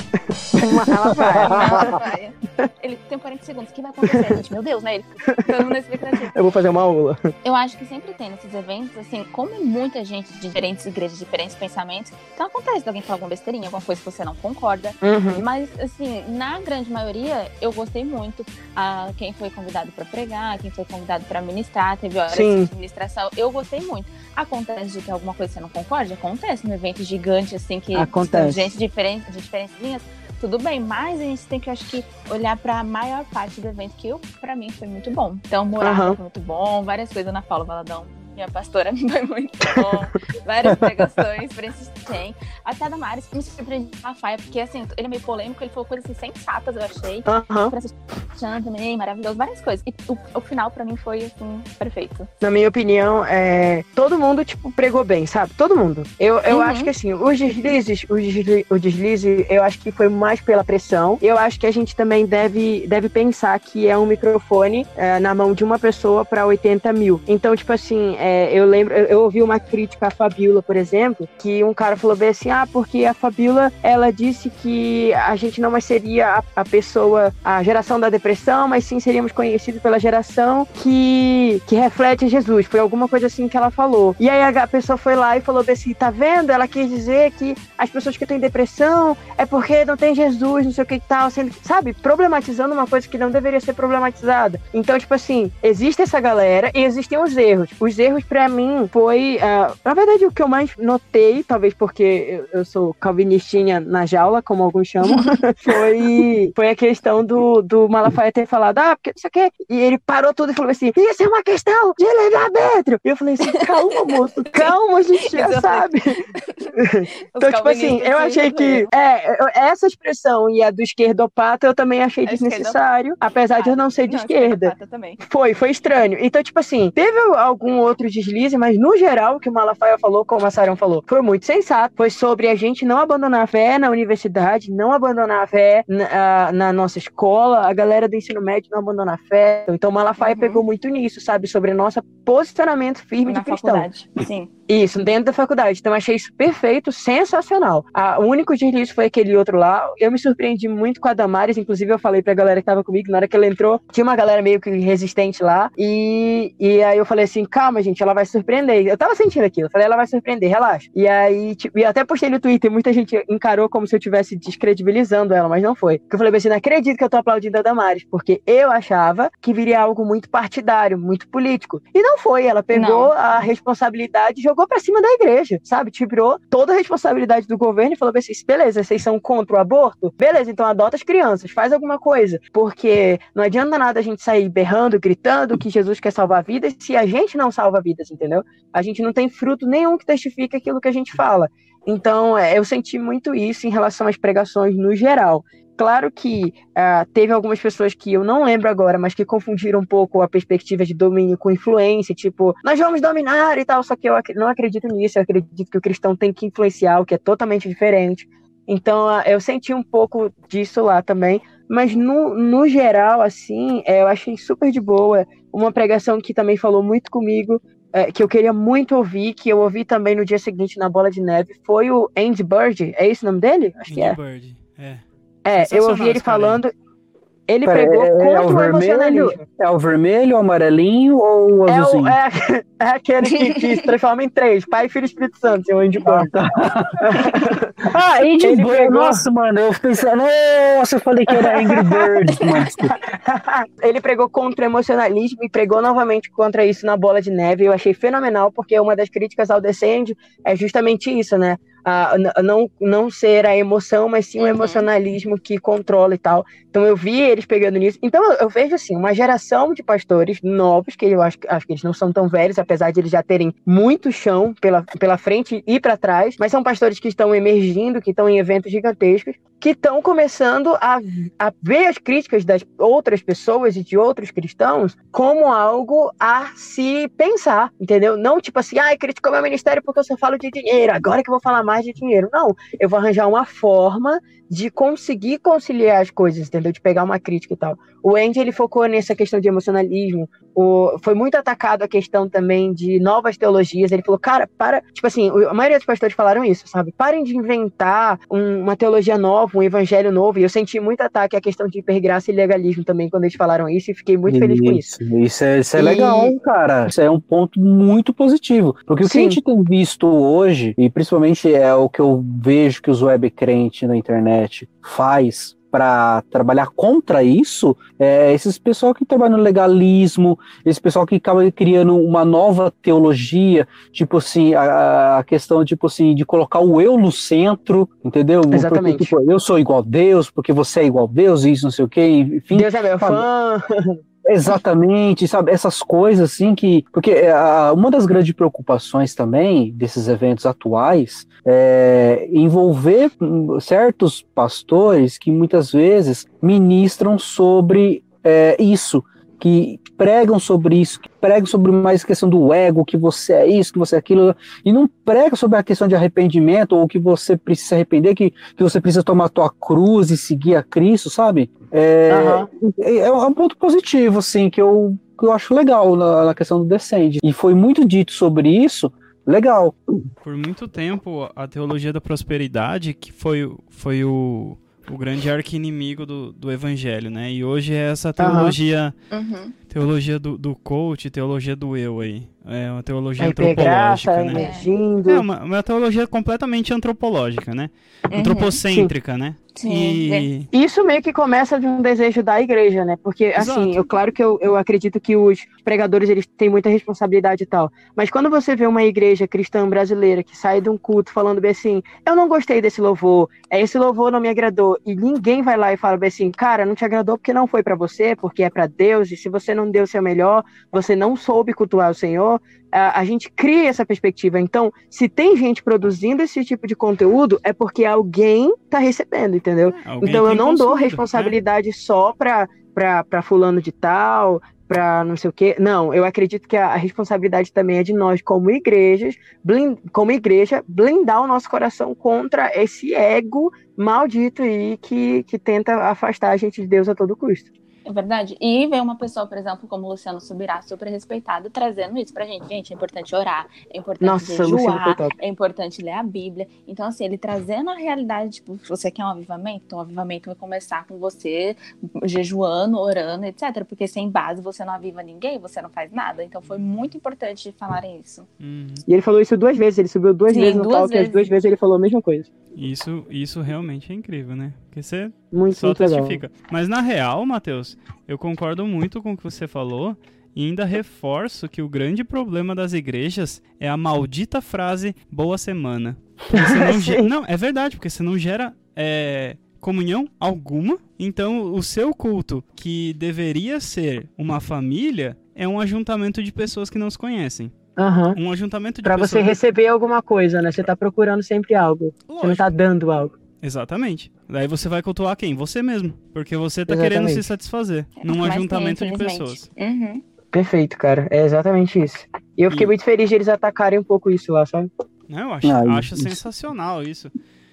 Mala Vai. Ele tem 40 segundos. O que vai acontecer, gente? Meu Deus, né? Ele todo mundo explicativo. Eu vou fazer uma aula. Eu acho que sempre tem nesses eventos, assim, como muita gente de diferentes igrejas, diferentes pensamentos, então acontece de alguém falar alguma besteirinha, alguma coisa que você não concorda. Mas, assim, na grande maioria, eu gostei muito. Quem foi convidado pra pregar, quem foi convidado pra ministrar, teve horas de ministração, eu gostei muito. Acontece de ter alguma coisa que você não concorda? Acontece no evento gigante, assim, que acontece. Gente de diferentes linhas. Tudo bem, mas a gente tem que, eu acho que, olhar pra maior parte do evento, que pra mim foi muito bom. Então, Morada foi muito bom, várias coisas. Ana Paula Valadão, minha pastora, foi muito bom. Várias pregações, Francis tem. Até a Damares, que me surpreendeu com a Faia, porque, assim, ele é meio polêmico, ele falou coisas assim, sensatas, eu achei. Francis Chan também, maravilhoso, várias coisas. E o final, pra mim, foi, assim, perfeito. Na minha opinião, todo mundo, tipo, pregou bem, sabe? Todo mundo. Eu acho que, assim, o deslize, eu acho que foi mais pela pressão. Eu acho que a gente também deve pensar que é um microfone na mão de uma pessoa pra 80 mil. Então, tipo assim, eu ouvi uma crítica à Fabiola, por exemplo, que um cara falou bem assim, porque a Fabiola, ela disse que a gente não mais seria a pessoa, a geração da depressão, mas sim seríamos conhecidos pela geração que reflete Jesus. Foi alguma coisa assim que ela falou. E aí a pessoa foi lá e falou bem assim, tá vendo? Ela quis dizer que as pessoas que têm depressão é porque não tem Jesus, não sei o que e tal, sendo, sabe, problematizando uma coisa que não deveria ser problematizada. Então, tipo assim, existe essa galera e existem os erros. Os erros, pra mim, foi... na verdade, o que eu mais notei, talvez porque eu sou calvinistinha na jaula, como alguns chamam, foi a questão do Malafaia ter falado, porque não sei o quê. E ele parou tudo e falou assim, isso é uma questão de livre-arbítrio. E eu falei assim, calma, moço, calma, a gente já sabe. Então, tipo assim, eu achei que essa expressão e a do esquerdopata eu também achei desnecessário, apesar de eu não ser de esquerda. Foi estranho. Então, tipo assim, teve algum outro deslize, mas no geral, o que o Malafaia falou, como a Sarão falou, foi muito sensato. Foi sobre a gente não abandonar a fé na universidade, não abandonar a fé na nossa escola, a galera do ensino médio não abandonar a fé. Então, o Malafaia pegou muito nisso, sabe? Sobre o nosso posicionamento firme de cristão. Faculdade. Sim. Isso, dentro da faculdade. Então, achei isso perfeito, sensacional. O único deslize foi aquele outro lá. Eu me surpreendi muito com a Damares, inclusive eu falei pra galera que tava comigo, na hora que ela entrou, tinha uma galera meio que resistente lá, e aí eu falei assim, calma, gente, ela vai surpreender. Eu tava sentindo aquilo, eu falei, ela vai surpreender, relaxa. E aí, tipo, e até postei no Twitter, muita gente encarou como se eu estivesse descredibilizando ela, mas não foi. Porque eu falei assim, não acredito que eu tô aplaudindo a Damares, porque eu achava que viria algo muito partidário, muito político. E não foi, ela pegou a responsabilidade e jogou pra cima da igreja, sabe? Tirou toda a responsabilidade do governo e falou assim, beleza, vocês são contra o aborto? Beleza, então adota as crianças, faz alguma coisa. Porque não adianta nada a gente sair berrando, gritando que Jesus quer salvar vidas se a gente não salva vidas, entendeu? A gente não tem fruto nenhum que testifique aquilo que a gente fala. Então, eu senti muito isso em relação às pregações no geral. Claro que teve algumas pessoas que eu não lembro agora, mas que confundiram um pouco a perspectiva de domínio com influência, tipo, nós vamos dominar e tal, só que eu não acredito nisso, eu acredito que o cristão tem que influenciar, o que é totalmente diferente. Então, eu senti um pouco disso lá também, mas no geral, assim, eu achei super de boa. Uma pregação que também falou muito comigo, que eu queria muito ouvir, que eu ouvi também no dia seguinte na Bola de Neve, foi o Andy Bird, é esse o nome dele? Acho que é. Andy Bird, eu ouvi ele falando... Ele pregou contra o emocionalismo. É o vermelho, o amarelinho ou o azulzinho? É aquele que se transforma em três. Pai, Filho e Espírito Santo, seu Andy Bird. Andy Bird. Nossa, mano, eu pensei... Nossa, eu falei que era Angry Bird, mano. Ele pregou contra o emocionalismo e pregou novamente contra isso na Bola de Neve. Eu achei fenomenal, porque uma das críticas ao Descend é justamente isso, né? Não ser a emoção, mas sim o emocionalismo que controla e tal. Então eu vi eles pegando nisso. Então eu vejo assim, uma geração de pastores novos, que eu acho que eles não são tão velhos, apesar de eles já terem muito chão pela frente e para trás, mas são pastores que estão emergindo, que estão em eventos gigantescos, que estão começando a ver as críticas das outras pessoas e de outros cristãos como algo a se pensar, entendeu? Não tipo assim, criticou meu ministério porque eu só falo de dinheiro, agora que eu vou falar mais de dinheiro. Não, eu vou arranjar uma forma de conseguir conciliar as coisas, entendeu? De pegar uma crítica e tal. O Andy, ele focou nessa questão de emocionalismo, foi muito atacado a questão também de novas teologias. Ele falou, cara, tipo assim, a maioria dos pastores falaram isso, sabe? Parem de inventar uma teologia nova, um evangelho novo, e eu senti muito ataque à questão de hipergraça e legalismo também, quando eles falaram isso, e fiquei muito feliz com isso. Isso é legal, cara. Isso é um ponto muito positivo, porque o que a gente tem visto hoje, e principalmente é o que eu vejo que os web crentes na internet faz para trabalhar contra isso, esses pessoal que trabalham no legalismo, esse pessoal que acaba criando uma nova teologia, tipo assim, a questão tipo assim, de colocar o eu no centro, entendeu? Exatamente. Porque, tipo, eu sou igual a Deus, porque você é igual a Deus, isso não sei o quê, enfim. Deus é meu fã. Exatamente, sabe, essas coisas assim porque uma das grandes preocupações também desses eventos atuais é envolver certos pastores que muitas vezes ministram sobre isso, que pregam sobre isso, que pregam sobre mais questão do ego, que você é isso, que você é aquilo, e não pregam sobre a questão de arrependimento, ou que você precisa se arrepender, que você precisa tomar a tua cruz e seguir a Cristo, sabe? É um ponto positivo, assim, que eu acho legal na questão do Descende. E foi muito dito sobre isso, legal. Por muito tempo, a teologia da prosperidade, que foi o grande arqui-inimigo do evangelho, né? E hoje é essa teologia, teologia do coach, teologia do eu aí. É uma teologia antropológica, né? É uma teologia completamente antropológica, né? Antropocêntrica, né? Sim. Isso meio que começa de um desejo da igreja, né? Porque, assim, claro que eu acredito que os pregadores, eles têm muita responsabilidade e tal, mas quando você vê uma igreja cristã brasileira que sai de um culto falando bem assim, eu não gostei desse louvor, esse louvor não me agradou, e ninguém vai lá e fala bem assim, cara, não te agradou porque não foi pra você, porque é pra Deus, e se você não deu o seu melhor, você não soube cultuar o Senhor, a gente cria essa perspectiva. Então, se tem gente produzindo esse tipo de conteúdo, é porque alguém tá recebendo, entendeu? Então eu não dou responsabilidade só pra fulano de tal, pra não sei o quê. Não, eu acredito que a responsabilidade também é de nós, como igreja, blindar o nosso coração contra esse ego maldito aí que tenta afastar a gente de Deus a todo custo. É verdade. E vem uma pessoa, por exemplo, como o Luciano Subirá, super respeitado, trazendo isso pra gente. Gente, é importante orar, é importante jejuar, é importante ler a Bíblia. Então, assim, ele trazendo a realidade, tipo, se você quer um avivamento, então o avivamento vai começar com você jejuando, orando, etc. Porque sem base você não aviva ninguém, você não faz nada. Então foi muito importante falarem isso. E ele falou isso 2 vezes, ele subiu 2 vezes no palco e as 2 vezes ele falou a mesma coisa. Isso realmente é incrível, né? Porque você muito testifica. Legal. Mas na real, Matheus, eu concordo muito com o que você falou e ainda reforço que o grande problema das igrejas é a maldita frase boa semana. Não, é verdade, porque você não gera comunhão alguma. Então o seu culto, que deveria ser uma família, é um ajuntamento de pessoas que não se conhecem. Um ajuntamento de pessoas... Pra você receber alguma coisa, né? Você tá procurando sempre algo. Lógico. Você não tá dando algo. Exatamente. Daí você vai cultuar quem? Você mesmo. Porque você tá querendo se satisfazer num ajuntamento de pessoas. Perfeito, cara. É exatamente isso. E eu fiquei muito feliz de eles atacarem um pouco isso lá, sabe? Eu acho sensacional isso.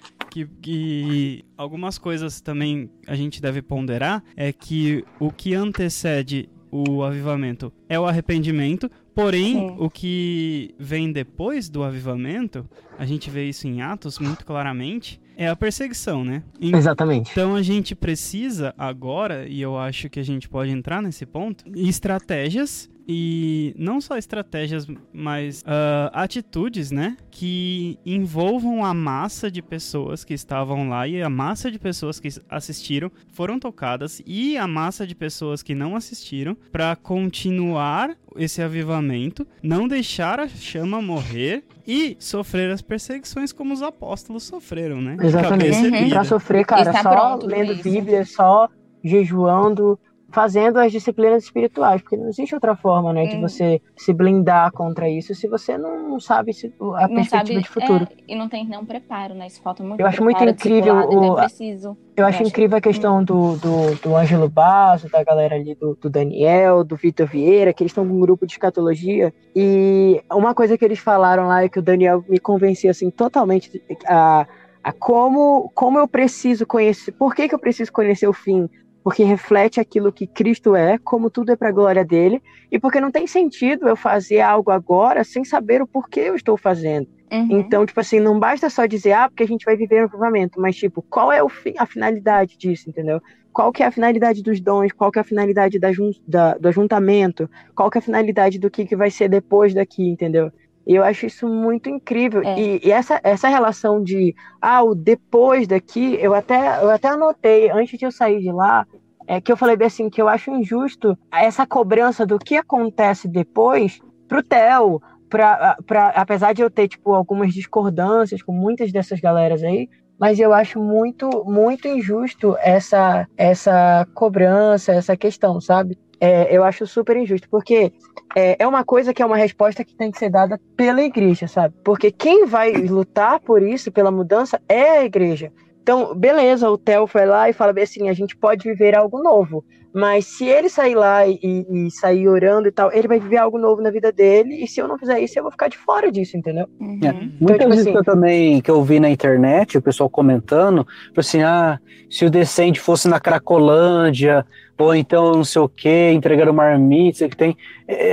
Que algumas coisas também a gente deve ponderar é que o que antecede o avivamento é o arrependimento, porém, o que vem depois do avivamento, a gente vê isso em Atos muito claramente, é a perseguição, né? Exatamente. Então a gente precisa agora, e eu acho que a gente pode entrar nesse ponto, estratégias, e não só estratégias, mas atitudes, né? Que envolvam a massa de pessoas que estavam lá e a massa de pessoas que assistiram, foram tocadas, e a massa de pessoas que não assistiram, para continuar esse avivamento, não deixar a chama morrer e sofrer as perseguições como os apóstolos sofreram, né? Exatamente. Pra sofrer, cara, só lendo Bíblia, só jejuando, fazendo as disciplinas espirituais, porque não existe outra forma, né, de você se blindar contra isso se você não sabe a perspectiva de futuro. E não tem nenhum preparo, né? Isso falta muito. Eu acho muito incrível então é preciso. Eu acho incrível a questão do Ângelo Basso, da galera ali do Daniel, do Vitor Vieira, que eles estão com um grupo de escatologia, e uma coisa que eles falaram lá é que o Daniel me convenceu assim totalmente a como eu preciso conhecer, por que eu preciso conhecer o fim? Porque reflete aquilo que Cristo é, como tudo é para a glória dele, e porque não tem sentido eu fazer algo agora sem saber o porquê eu estou fazendo. Então, tipo assim, não basta só dizer, porque a gente vai viver no avivamento, mas tipo, qual é a finalidade disso, entendeu? Qual que é a finalidade dos dons, qual que é a finalidade do ajuntamento, qual que é a finalidade do que vai ser depois daqui, entendeu? E eu acho isso muito incrível. E essa relação de, o depois daqui, eu até anotei, antes de eu sair de lá, que eu falei bem assim, que eu acho injusto essa cobrança do que acontece depois pro Theo, apesar de eu ter, tipo, algumas discordâncias com muitas dessas galeras aí, mas eu acho muito, muito injusto essa cobrança, essa questão, sabe? Eu acho super injusto, porque é uma coisa que é uma resposta que tem que ser dada pela igreja, sabe? Porque quem vai lutar por isso, pela mudança, é a igreja. Então, beleza, o Theo foi lá e fala bem assim, a gente pode viver algo novo, mas se ele sair lá e sair orando e tal, ele vai viver algo novo na vida dele, e se eu não fizer isso, eu vou ficar de fora disso, entendeu? Então, muitas vezes assim, que eu vi na internet, o pessoal comentando, assim, se o Descende fosse na Cracolândia, ou então não sei o que, entregando uma marmita, que tem.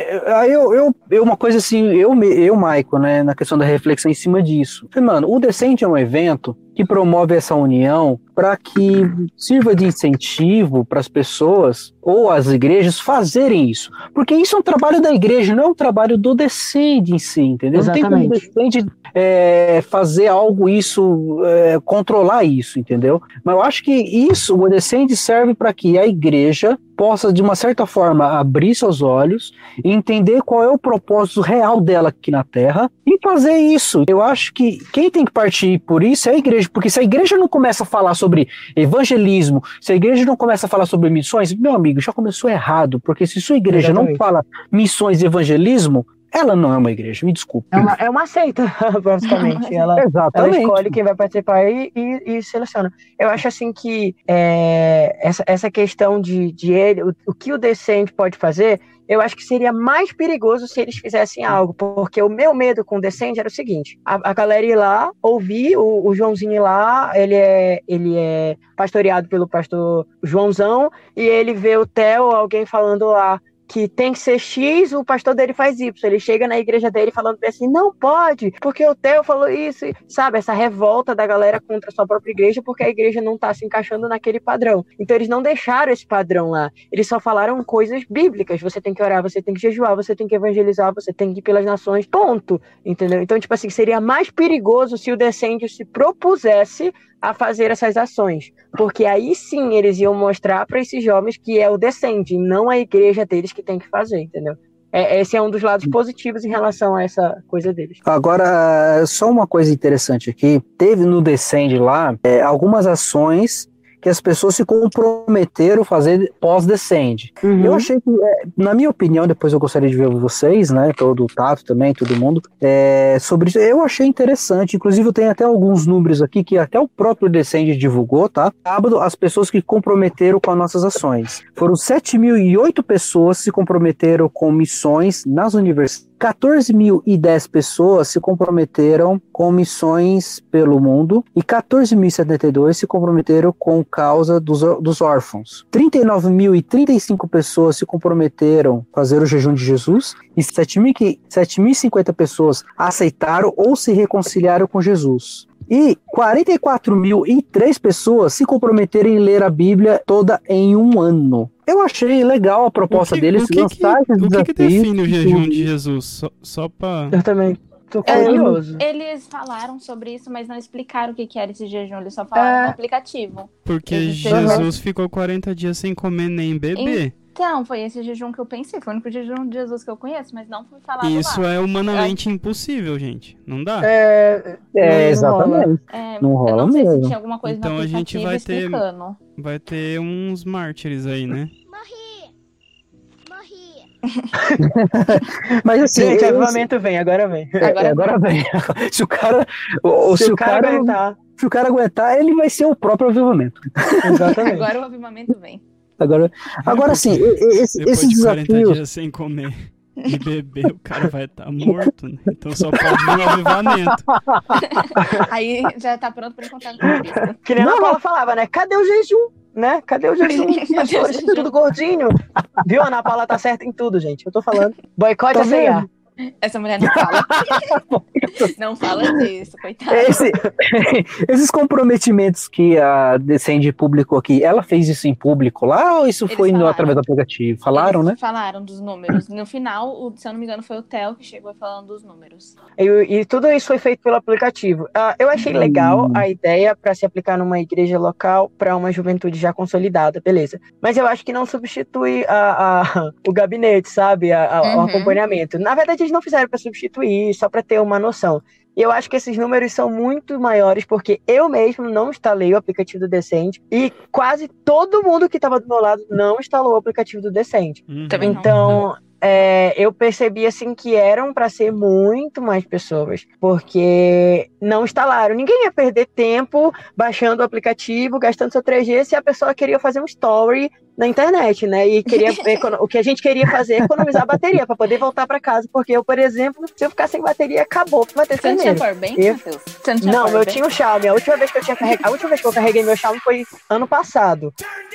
Uma coisa assim, Maico, né, na questão da reflexão em cima disso. Mano, o Descende é um evento que promove essa união para que sirva de incentivo para as pessoas ou as igrejas fazerem isso. Porque isso é um trabalho da igreja, não é um trabalho do Descende em si, entendeu? Exatamente. Não tem como o Descende fazer algo controlar isso, entendeu? Mas eu acho que o Descende serve para que a igreja possa, de uma certa forma, abrir seus olhos e entender qual é o propósito real dela aqui na Terra e fazer isso. Eu acho que quem tem que partir por isso é a igreja, porque se a igreja não começa a falar sobre evangelismo, se a igreja não começa a falar sobre missões, meu amigo, já começou errado, porque se sua igreja não fala missões e evangelismo, ela não é uma igreja, me desculpe. É uma seita, basicamente. Ela escolhe quem vai participar e seleciona. Eu acho assim que essa questão de ele, o que o Descende pode fazer, eu acho que seria mais perigoso se eles fizessem algo, porque o meu medo com o Descende era o seguinte, a galera ir lá, ouvir o Joãozinho ir lá, ele é pastoreado pelo pastor Joãozão, e ele vê o Theo, alguém falando lá, que tem que ser X, o pastor dele faz Y. Ele chega na igreja dele falando assim, não pode, porque o Theo falou isso. Sabe, essa revolta da galera contra a sua própria igreja, porque a igreja não tá se encaixando naquele padrão. Então eles não deixaram esse padrão lá. Eles só falaram coisas bíblicas. Você tem que orar, você tem que jejuar, você tem que evangelizar, você tem que ir pelas nações, ponto. Entendeu? Então, tipo assim, seria mais perigoso se o Descende se propusesse a fazer essas ações, porque aí sim eles iam mostrar para esses jovens que é o Descende, não a igreja deles que tem que fazer, entendeu? Esse é um dos lados positivos em relação a essa coisa deles. Agora, só uma coisa interessante aqui, teve no Descende lá algumas ações que as pessoas se comprometeram a fazer pós-Descende. Eu achei que, na minha opinião, depois eu gostaria de ver vocês, né, todo o Tato também, todo mundo, sobre isso, eu achei interessante, inclusive eu tenho até alguns números aqui que até o próprio Descende divulgou, tá? Sábado, as pessoas que comprometeram com as nossas ações. Foram 7.008 pessoas que se comprometeram com missões nas universidades. 14.010 pessoas se comprometeram com missões pelo mundo e 14.072 se comprometeram com causa dos órfãos. 39.035 pessoas se comprometeram a fazer o jejum de Jesus e 7.050 pessoas aceitaram ou se reconciliaram com Jesus. E 44.003 pessoas se comprometeram em ler a Bíblia toda em um ano. Eu achei legal a proposta deles. O que define o jejum de Jesus? Só pra... Eu também tô curioso. Eles falaram sobre isso, mas não explicaram o que era esse jejum. Eles só falaram no aplicativo. Porque Jesus ficou 40 dias sem comer nem beber. Então, foi esse jejum que eu pensei. Foi o único jejum de Jesus que eu conheço, mas não foi falado Isso lá. É humanamente impossível, gente. Não dá? Exatamente. Não rola eu não sei mesmo. se tinha alguma coisa então no a gente vai ter uns mártires aí, né? Morri! Mas assim, Gente, avivamento vem, agora vem. Agora vem. Se o cara aguentar. Se o cara aguentar, ele vai ser o próprio avivamento. Exatamente. Agora o avivamento vem. Agora sim, esse de 40 desafio... dias sem comer e beber, o cara vai estar morto, né? Então só pode vir um avivamento. Aí já tá pronto pra encontrar com Cristo. Que nem a Ana Paula falava, né? Cadê o jejum? Né? Cadê o jejum? Pastores, tudo gordinho. Viu? A Ana Paula tá certa em tudo, gente. Eu tô falando. Boicote a C&A. Essa mulher não fala. Não fala disso, coitada. Esses comprometimentos que a Descende publicou aqui, ela fez isso em público lá ou isso foi através do aplicativo? Falaram, né? Falaram dos números. No final, se eu não me engano, foi o Theo que chegou falando dos números. E tudo isso foi feito pelo aplicativo. Eu achei legal a ideia para se aplicar numa igreja local para uma juventude já consolidada, beleza. Mas eu acho que não substitui o gabinete, sabe? O acompanhamento. Na verdade, eles não fizeram para substituir, só para ter uma noção. E eu acho que esses números são muito maiores, porque eu mesmo não instalei o aplicativo do Descende e quase todo mundo que estava do meu lado não instalou o aplicativo do Descende. Então, eu percebi assim que eram para ser muito mais pessoas, porque não instalaram. Ninguém ia perder tempo baixando o aplicativo, gastando seu 3G, se a pessoa queria fazer um story na internet, né? E queria o que a gente queria fazer é economizar a bateria para poder voltar para casa, porque eu, por exemplo, se eu ficar sem bateria, acabou, vai ter Você não tinha Powerbank, Matheus? Não, eu tinha o Xiaomi. A última vez que eu carreguei meu Xiaomi foi ano passado.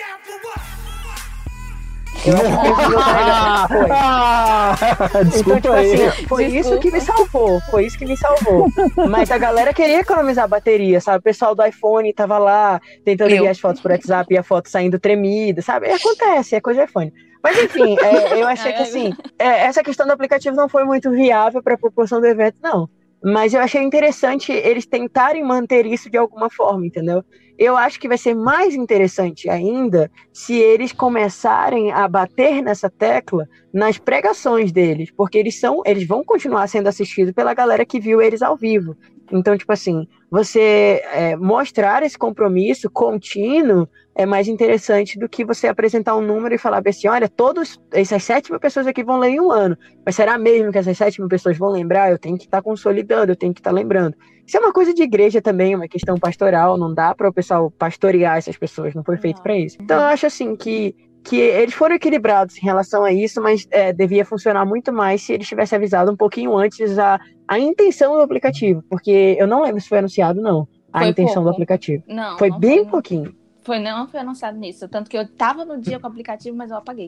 Eu acho que eu carregar. Desculpa, então, tipo assim, foi isso que me salvou. Mas a galera queria economizar a bateria, sabe? O pessoal do iPhone tava lá tentando enviar as fotos por WhatsApp e a foto saindo tremida, sabe? Acontece, é coisa de iPhone. Mas enfim, eu achei que assim, essa questão do aplicativo não foi muito viável para a proporção do evento, não. Mas eu achei interessante eles tentarem manter isso de alguma forma, entendeu? Eu acho que vai ser mais interessante ainda se eles começarem a bater nessa tecla nas pregações deles, porque eles vão continuar sendo assistidos pela galera que viu eles ao vivo. Então, tipo assim, você mostrar esse compromisso contínuo é mais interessante do que você apresentar um número e falar assim, olha, essas 7 mil pessoas aqui vão ler em um ano, mas será mesmo que essas 7 mil pessoas vão lembrar? Eu tenho que estar consolidando, eu tenho que estar lembrando. Isso é uma coisa de igreja também, uma questão pastoral, não dá para o pessoal pastorear essas pessoas, não foi feito para isso. Então eu acho assim que eles foram equilibrados em relação a isso, mas devia funcionar muito mais se eles tivessem avisado um pouquinho antes a intenção do aplicativo, porque eu não lembro se foi anunciado, não, a intenção do aplicativo. Não, foi não bem foi, pouquinho. Não foi anunciado nisso, tanto que eu tava no dia com o aplicativo, mas eu apaguei.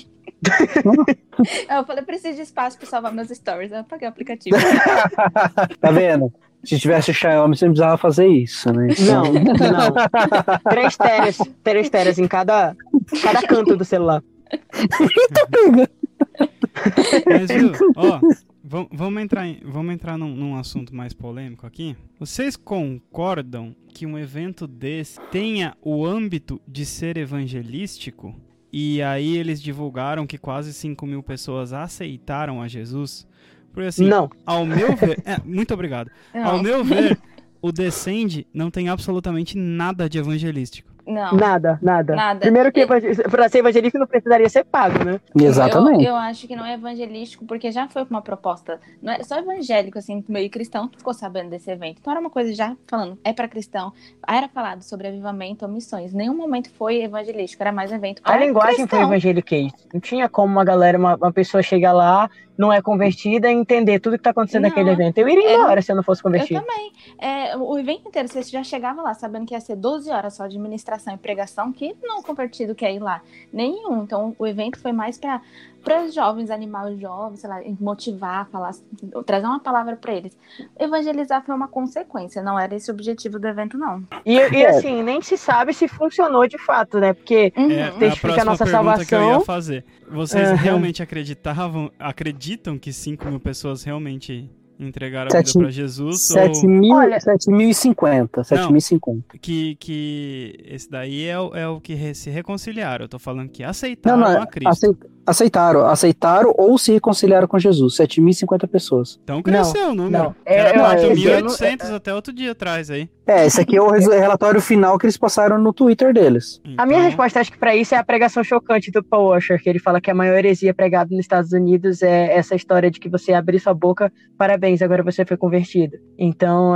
Eu falei, preciso de espaço pra salvar meus stories, eu apaguei o aplicativo. Tá vendo? Se tivesse Xiaomi, você não precisava fazer isso, né? Não. 3 teras em cada canto do celular. Mas, viu, ó, vamos entrar num assunto mais polêmico aqui. Vocês concordam que um evento desse tenha o âmbito de ser evangelístico? E aí eles divulgaram que quase 5 mil pessoas aceitaram a Jesus? Porque assim, não. Ao meu ver... muito obrigado. Não. Ao meu ver, o Descende não tem absolutamente nada de evangelístico. Não. Nada. Primeiro que para ser evangelístico não precisaria ser pago, né? Exatamente. Eu acho que não é evangelístico porque já foi uma proposta. Não é só evangélico, assim, meio cristão, ficou sabendo desse evento. Então era uma coisa já falando, é para cristão. Era falado sobre avivamento ou missões. Nenhum momento foi evangelístico, era mais evento para A linguagem cristão. foi evangeliquez. Não tinha como uma pessoa chegar lá, não é convertida, e entender tudo que tá acontecendo naquele evento. Eu iria embora se eu não fosse convertida. Eu também. O evento inteiro, você já chegava lá sabendo que ia ser 12 horas só de ministração e pregação, que não convertido quer ir lá. Nenhum. Então, o evento foi mais para os jovens, animar os jovens, sei lá, motivar, falar, trazer uma palavra para eles. Evangelizar foi uma consequência, não era esse o objetivo do evento, não. E assim, nem se sabe se funcionou de fato, né? Porque testifica a nossa salvação. Que eu ia fazer. Vocês realmente acreditam que 5 mil pessoas realmente entregaram a vida para Jesus? 7.050. 7.050. Que esse daí é o que se reconciliaram. Eu tô falando que aceitaram a Cristo. Aceitaram ou se reconciliaram com Jesus. 7.050 pessoas. Então cresceu o número. Não. Era Eu 4.800 até outro dia atrás aí. Esse aqui é o relatório final que eles passaram no Twitter deles. A minha resposta, acho que pra isso, é a pregação chocante do Paul Washer, que ele fala que a maior heresia pregada nos Estados Unidos é essa história de que você abrir sua boca, parabéns, agora você foi convertido. Então,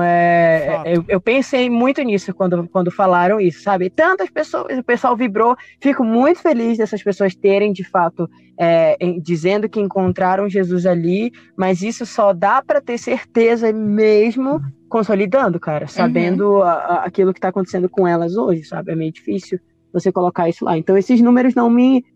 eu pensei muito nisso quando falaram isso, sabe? Tantas pessoas, o pessoal vibrou, fico muito feliz dessas pessoas terem, de fato, dizendo que encontraram Jesus ali, mas isso só dá pra ter certeza mesmo consolidando, cara, sabendo aquilo que tá acontecendo com elas hoje, sabe? É meio difícil você colocar isso lá. Então, esses números não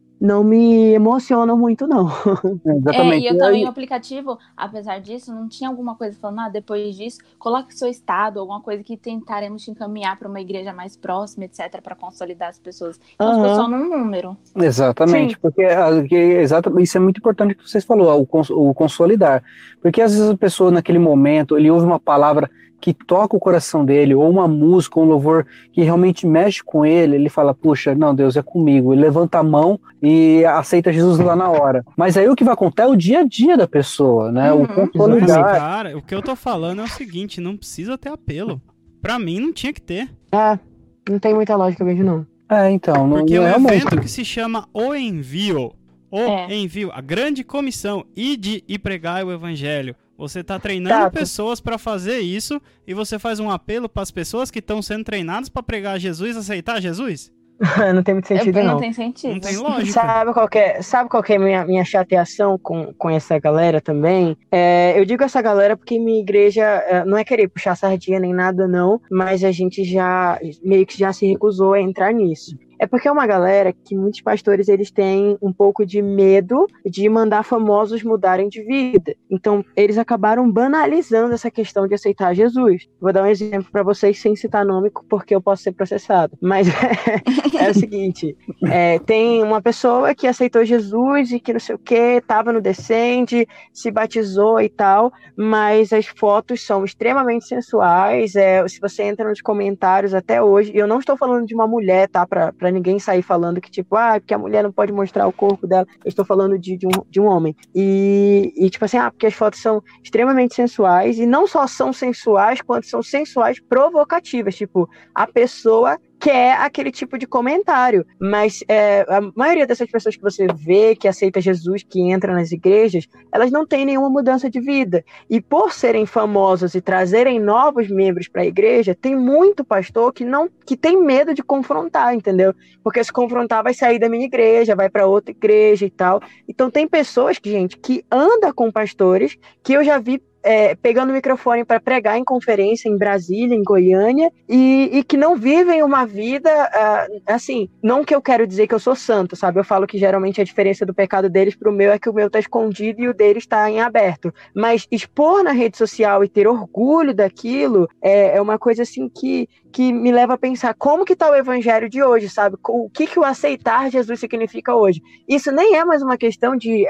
me emocionam muito, não. Exatamente. E eu também, o aplicativo, apesar disso, não tinha alguma coisa falando, depois disso, coloque seu estado, alguma coisa que tentaremos te encaminhar para uma igreja mais próxima, etc., para consolidar as pessoas. Então, ficou só num número. Exatamente, Sim. porque isso é muito importante que vocês falaram, o consolidar. Porque às vezes a pessoa, naquele momento, ele ouve uma palavra que toca o coração dele, ou uma música, um louvor que realmente mexe com ele fala, puxa, não, Deus é comigo. Ele levanta a mão e aceita Jesus lá na hora. Mas aí o que vai contar é o dia a dia da pessoa, né? O consolidar. Mas, cara, o que eu tô falando é o seguinte, não precisa ter apelo. Pra mim, não tinha que ter. Não tem muita lógica, eu vejo, não. Então, não. Porque não o realmente. evento que se chama O Envio, a grande comissão, ide e pregai o evangelho. Você tá treinando pessoas pra fazer isso e você faz um apelo pras pessoas que estão sendo treinadas pra pregar Jesus, aceitar Jesus? Não tem muito sentido, não. Não tem sentido. Não tem lógica. Sabe qual que é a minha chateação com essa galera também? Eu digo essa galera porque minha igreja, não é querer puxar sardinha nem nada, não, mas a gente meio que já se recusou a entrar nisso. É porque é uma galera que muitos pastores eles têm um pouco de medo de mandar famosos mudarem de vida. Então, eles acabaram banalizando essa questão de aceitar Jesus. Vou dar um exemplo para vocês sem citar nome, porque eu posso ser processado. Mas é o seguinte, tem uma pessoa que aceitou Jesus e que não sei o que, estava no Descende, se batizou e tal, mas as fotos são extremamente sensuais. Se você entra nos comentários até hoje, e eu não estou falando de uma mulher, tá? Pra ninguém sair falando que, tipo, porque a mulher não pode mostrar o corpo dela. Eu estou falando de um homem. E tipo assim, porque as fotos são extremamente sensuais, e não só são sensuais, quanto são sensuais provocativas. Tipo, a pessoa quer aquele tipo de comentário. Mas a maioria dessas pessoas que você vê, que aceita Jesus, que entra nas igrejas, elas não têm nenhuma mudança de vida. E por serem famosos e trazerem novos membros para a igreja, tem muito pastor que tem medo de confrontar, entendeu? Porque se confrontar vai sair da minha igreja, vai para outra igreja e tal. Então tem pessoas, gente, que andam com pastores, que eu já vi pegando o microfone para pregar em conferência em Brasília, em Goiânia, e que não vivem uma vida, assim, não que eu quero dizer que eu sou santo, sabe? Eu falo que geralmente a diferença do pecado deles pro meu é que o meu tá escondido e o deles tá em aberto. Mas expor na rede social e ter orgulho daquilo é uma coisa, assim, que me leva a pensar como que tá o evangelho de hoje, sabe? O que o aceitar Jesus significa hoje. Isso nem é mais uma questão de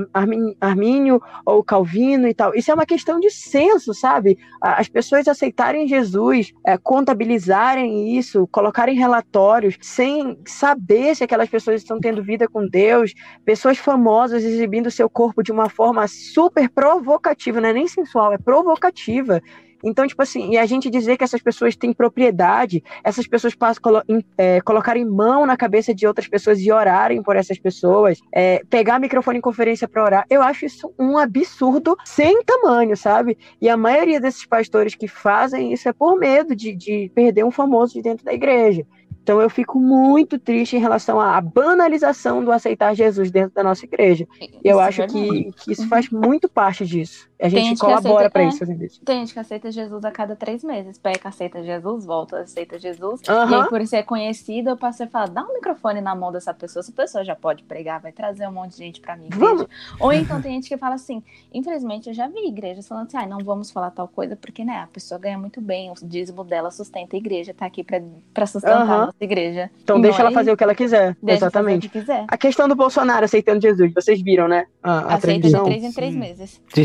Armínio ou Calvino e tal. Isso é uma questão de senso, sabe? As pessoas aceitarem Jesus, contabilizarem isso, colocarem relatórios, sem saber se aquelas pessoas estão tendo vida com Deus, pessoas famosas exibindo seu corpo de uma forma super provocativa, não é nem sensual, é provocativa. Então, tipo assim, e a gente dizer que essas pessoas têm propriedade, essas pessoas passam colocarem mão na cabeça de outras pessoas e orarem por essas pessoas, pegar microfone em conferência para orar, eu acho isso um absurdo sem tamanho, sabe? E a maioria desses pastores que fazem isso é por medo de perder um famoso de dentro da igreja. Então eu fico muito triste em relação à banalização do aceitar Jesus dentro da nossa igreja. E eu acho que isso faz muito parte disso. A gente colabora para isso. Tem gente que aceita Jesus a cada 3 meses. Peca, aceita Jesus, volta, aceita Jesus. E aí, por ser conhecido, eu passei a falar, dá um microfone na mão dessa pessoa. Essa pessoa já pode pregar, vai trazer um monte de gente pra minha igreja. Ou então tem gente que fala assim, infelizmente eu já vi igrejas falando assim, não vamos falar tal coisa, porque né, a pessoa ganha muito bem, o dízimo dela sustenta a igreja, tá aqui pra sustentar a nossa igreja. Então deixa ela fazer o que ela quiser. Exatamente. Fazer o que quiser. A questão do Bolsonaro aceitando Jesus, vocês viram, né? A aceita televisão. de 3 em 3 meses. De 3 Exatamente.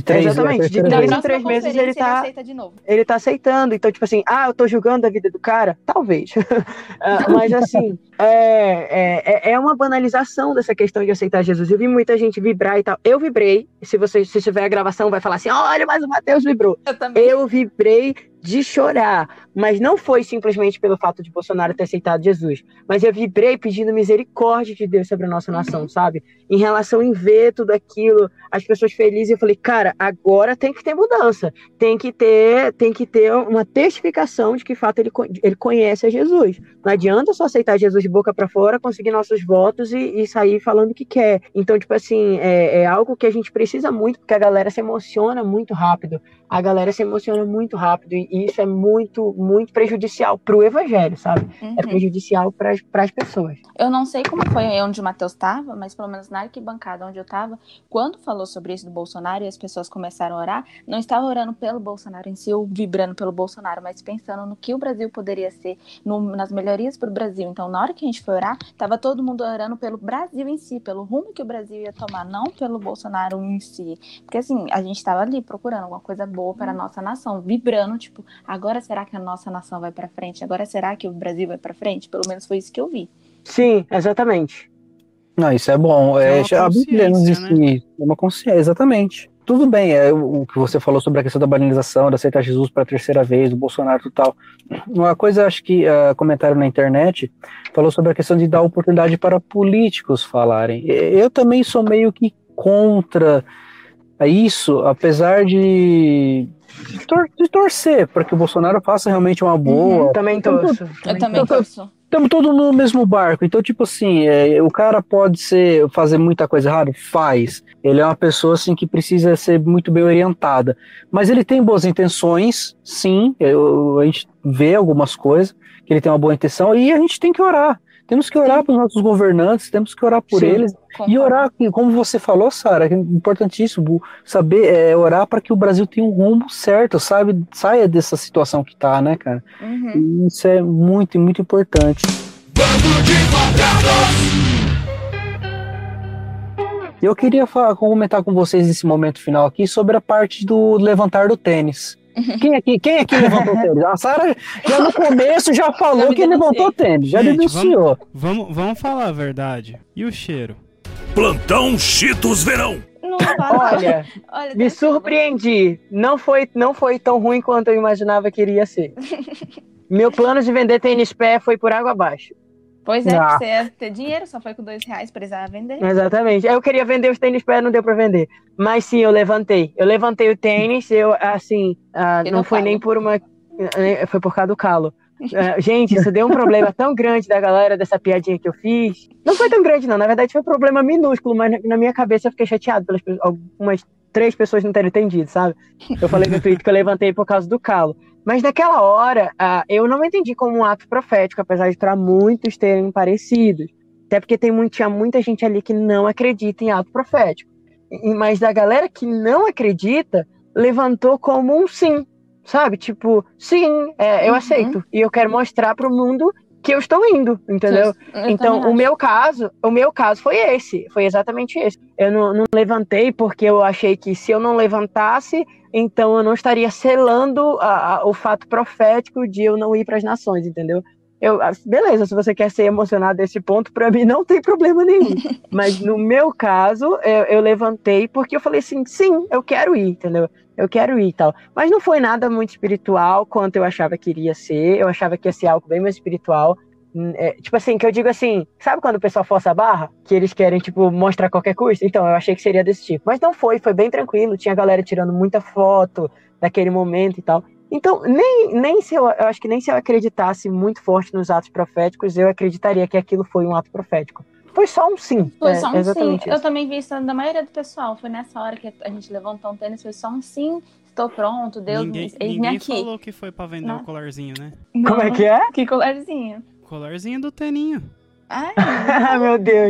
Exatamente. De terceira Na 3 em próxima 3 meses ele conferência tá. aceita de novo. Ele tá aceitando. Então, tipo assim, eu tô julgando a vida do cara? Talvez. Mas assim, é uma banalização dessa questão de aceitar Jesus. Eu vi muita gente vibrar e tal. Eu vibrei. Se tiver a gravação, vai falar assim: olha, mas o Matheus vibrou. Eu também. Eu vibrei de chorar, mas não foi simplesmente pelo fato de Bolsonaro ter aceitado Jesus, mas eu vibrei pedindo misericórdia de Deus sobre a nossa nação, sabe? Em relação em ver tudo aquilo, as pessoas felizes, eu falei, cara, agora tem que ter mudança, tem que ter uma testificação de que, de fato, ele conhece a Jesus. Não adianta só aceitar Jesus de boca para fora, conseguir nossos votos e sair falando o que quer. Então, tipo assim, é algo que a gente precisa muito, porque a galera se emociona muito rápido. E isso é muito, muito prejudicial pro evangelho, sabe? É prejudicial pras pessoas. Eu não sei como foi onde o Matheus estava, mas pelo menos na arquibancada onde eu estava, quando falou sobre isso do Bolsonaro e as pessoas começaram a orar, não estava orando pelo Bolsonaro em si, ou vibrando pelo Bolsonaro, mas pensando no que o Brasil poderia ser, nas melhorias pro Brasil. Então, na hora que a gente foi orar, tava todo mundo orando pelo Brasil em si, pelo rumo que o Brasil ia tomar, não pelo Bolsonaro em si. Porque assim, a gente estava ali procurando alguma coisa boa para a nossa nação, vibrando, tipo, agora será que a nossa nação vai para frente? Agora será que o Brasil vai para frente? Pelo menos foi isso que eu vi. Sim, exatamente. Não, isso é bom. A Bíblia não existe, né? É uma consciência, exatamente. Tudo bem, o que você falou sobre a questão da banalização, de aceitar Jesus para a terceira vez, do Bolsonaro e tal. Uma coisa, acho que comentário na internet falou sobre a questão de dar oportunidade para políticos falarem. Eu também sou meio que contra isso, apesar de torcer para que o Bolsonaro faça realmente uma boa. Também torço. Eu também torço. Estamos todos no mesmo barco, então tipo assim, o cara pode fazer muita coisa errada? Faz. Ele é uma pessoa assim que precisa ser muito bem orientada, mas ele tem boas intenções, sim, a gente vê algumas coisas, que ele tem uma boa intenção, e a gente tem que orar. Temos que orar para os nossos governantes, temos que orar por eles, e orar, como você falou, Sara, é importantíssimo, saber orar para que o Brasil tenha um rumo certo, sabe? Saia dessa situação que tá, né, cara? E isso é muito, muito importante. Bando de quadrados! Eu queria comentar com vocês nesse momento final aqui sobre a parte do levantar do tênis. Quem aqui levantou o tênis? A Sara já no começo já falou que levantou o tênis, já denunciou. Vamos falar a verdade. E o cheiro? Plantão Cheetos Verão. Olha, me surpreendi. Não foi tão ruim quanto eu imaginava que iria ser. Meu plano de vender tênis pé foi por água abaixo. Pois é, você ia ter dinheiro, só foi com R$2, precisava vender. Exatamente. Eu queria vender os tênis pé, não deu pra vender. Mas sim, eu levantei. Eu levantei o tênis, não foi nem por uma... Foi por causa do calo. Gente, isso deu um problema tão grande da galera dessa piadinha que eu fiz. Não foi tão grande, não. Na verdade, foi um problema minúsculo, mas na minha cabeça eu fiquei chateado pelas algumas 3 pessoas não terem entendido, sabe? Eu falei no Twitter que eu levantei por causa do calo. Mas naquela hora, eu não entendi como um ato profético, apesar de para muitos terem parecidos. Até porque tinha muita gente ali que não acredita em ato profético. Mas a galera que não acredita, levantou como um sim. Sabe? Tipo, sim, eu aceito. E eu quero mostrar pro mundo que eu estou indo, entendeu? Então, o meu caso foi esse. Foi exatamente esse. Eu não levantei porque eu achei que se eu não levantasse, então eu não estaria selando o fato profético de eu não ir para as nações, entendeu? Beleza, se você quer ser emocionado desse ponto, pra mim não tem problema nenhum. Mas no meu caso, eu levantei porque eu falei assim, sim, eu quero ir, entendeu? Eu quero ir e tal. Mas não foi nada muito espiritual quanto eu achava que iria ser. Eu achava que ia ser algo bem mais espiritual. Tipo assim, que eu digo assim, sabe quando o pessoal força a barra? Que eles querem, tipo, mostrar qualquer coisa? Então, eu achei que seria desse tipo. Mas não foi bem tranquilo. Tinha galera tirando muita foto daquele momento e tal. Então, eu acho que nem se eu acreditasse muito forte nos atos proféticos, eu acreditaria que aquilo foi um ato profético. Foi só um sim. Foi só um sim. Isso. Eu também vi isso da maioria do pessoal. Foi nessa hora que a gente levantou um tênis, foi só um sim. Estou pronto, Deus, ninguém aqui. Falou que foi pra vender o colarzinho, né? Não. Como é que é? Que colarzinho? Colarzinho do teninho. Ai, meu Deus.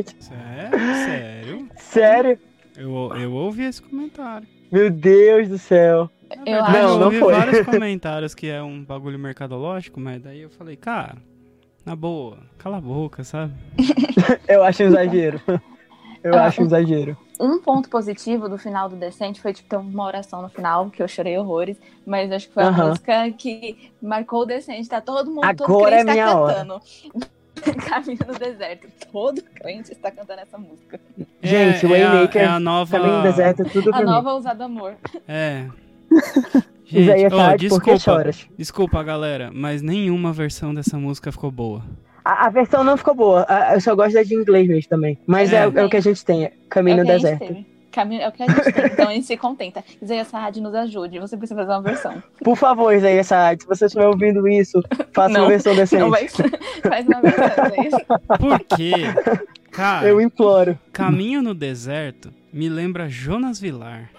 Sério? Sério? Eu ouvi esse comentário. Meu Deus do céu. Eu ouvi vários comentários que é um bagulho mercadológico, mas daí eu falei, cara, na boa, cala a boca, sabe? Eu acho um exagero. Eu acho um exagero. Um ponto positivo do final do Descende foi, tipo, ter uma oração no final, que eu chorei horrores, mas acho que foi a música que marcou o Descende, tá todo mundo, todo Agora crente é minha tá hora. cantando. Caminho no Deserto, todo crente está cantando essa música. Gente, o Waymaker, é a nova... Caminho no Deserto, tudo pra A mim. nova ousada amor. É. Isaías Gente, Saad, por que choras? Desculpa, galera, mas nenhuma versão dessa música ficou boa. A versão não ficou boa, eu só gosto da de inglês mesmo também. Mas é o que a gente tem, Caminho no Deserto. É o que a gente tem, então a gente se contenta. Isaías Saad nos ajude, você precisa fazer uma versão. Por favor, Isaías Saad, se você estiver ouvindo isso, faça uma versão decente. Não vai, faz uma versão, é isso. Por quê? Cara, eu imploro. Caminho no Deserto me lembra Jonas Villar.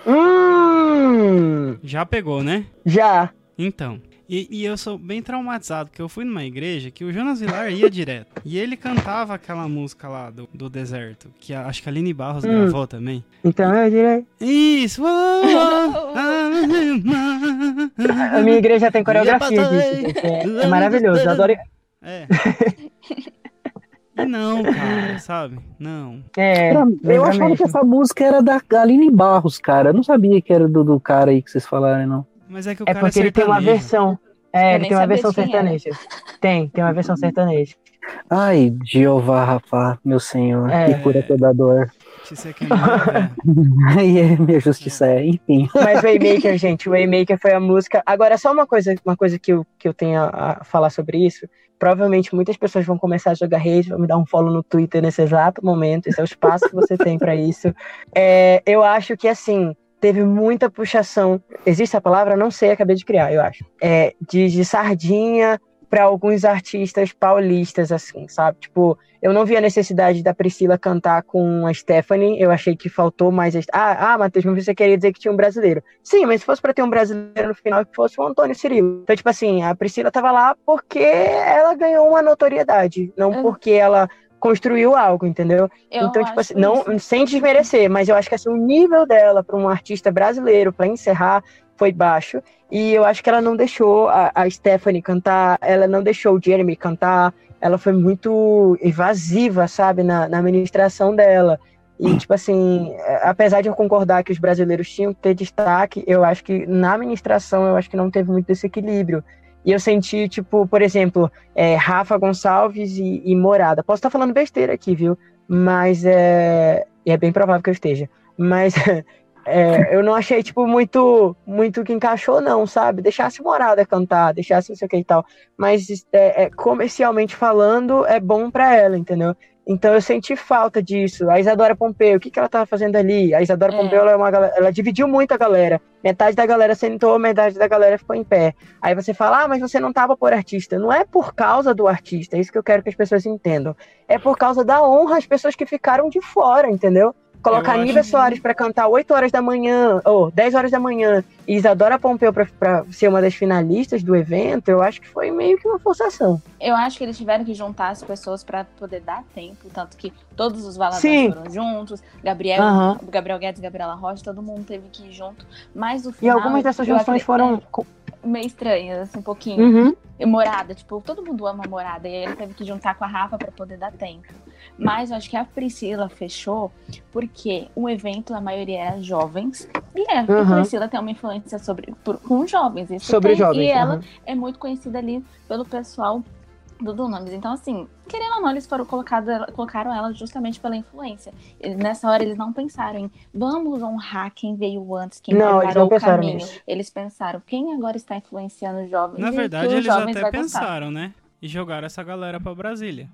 Já pegou, né? Já. Então, e eu sou bem traumatizado, porque eu fui numa igreja que o Jonas Villar ia direto. E ele cantava aquela música lá do deserto, que acho que a Aline Barros gravou também. Então eu direi. Isso! A minha igreja tem coreografia disso, gente. É maravilhoso, eu adoro. E não, cara, sabe? Não. Eu achava que essa música era da Aline Barros, cara. Eu não sabia que era do cara aí que vocês falaram, não. Mas é que o cara porque ele tem uma versão. Ele tem uma versão sertaneja. Tem uma versão sertaneja. Ai, Jeová, rapaz, meu senhor, que cura toda dor. Aí minha justiça enfim. Mas Waymaker, gente, o Waymaker foi a música. Agora, só uma coisa que eu tenho a falar sobre isso. Provavelmente muitas pessoas vão começar a jogar hate, vão me dar um follow no Twitter nesse exato momento. Esse é o espaço que você tem pra isso. Eu acho que, assim, teve muita puxação. Existe a palavra? Não sei, acabei de criar, eu acho. De sardinha para alguns artistas paulistas, assim, sabe? Tipo, eu não vi a necessidade da Priscila cantar com a Stephanie, eu achei que faltou mais... Matheus, mas você queria dizer que tinha um brasileiro. Sim, mas se fosse para ter um brasileiro no final, que fosse o Antônio Cirilo. Então, tipo assim, a Priscila tava lá porque ela ganhou uma notoriedade, não porque ela construiu algo, entendeu? Então, tipo assim, não, sem desmerecer, mas eu acho que assim, o nível dela para um artista brasileiro, para encerrar, foi baixo. E eu acho que ela não deixou a Stephanie cantar, ela não deixou o Jeremy cantar, ela foi muito evasiva, sabe, na ministração dela. E, tipo assim, apesar de eu concordar que os brasileiros tinham que ter destaque, eu acho que na ministração, eu acho que não teve muito desse equilíbrio. E eu senti, tipo, por exemplo, Rafa Gonçalves e Morada. Posso estar falando besteira aqui, viu? Mas é bem provável que eu esteja. Mas... eu não achei, tipo, muito que encaixou, não, sabe? Deixasse Morada cantar, deixasse não sei o que e tal. Mas, comercialmente falando, é bom pra ela, entendeu? Então eu senti falta disso. A Isadora Pompeu, o que ela tava fazendo ali? A Isadora Pompeu, ela dividiu muito a galera. Metade da galera sentou, metade da galera ficou em pé. Aí você fala, mas você não tava por artista. Não é por causa do artista, é isso que eu quero que as pessoas entendam. É por causa da honra às pessoas que ficaram de fora, entendeu? Colocar Nívia Soares pra cantar 8 horas da manhã, ou 10 horas da manhã, e Isadora Pompeu pra ser uma das finalistas do evento, eu acho que foi meio que uma forçação. Eu acho que eles tiveram que juntar as pessoas pra poder dar tempo, tanto que todos os valadores foram juntos, Gabriel Guedes, Gabriela Rocha, todo mundo teve que ir junto, mas o final... E algumas dessas junções foram... meio estranhas, assim, um pouquinho. E Morada, tipo, todo mundo ama Morada, e aí ele teve que juntar com a Rafa pra poder dar tempo. Mas eu acho que a Priscila fechou porque o evento, a maioria era jovens, e a Priscila tem uma influência com jovens. Sobre jovens. E ela é muito conhecida ali pelo pessoal do Dunamis. Então, assim, querendo ou não, eles colocaram ela justamente pela influência. Nessa hora, eles não pensaram em vamos honrar quem veio antes, quem preparou o caminho. Nisso. Eles pensaram, quem agora está influenciando os jovens? Na verdade, eles até pensaram, né? E jogaram essa galera pra Brasília.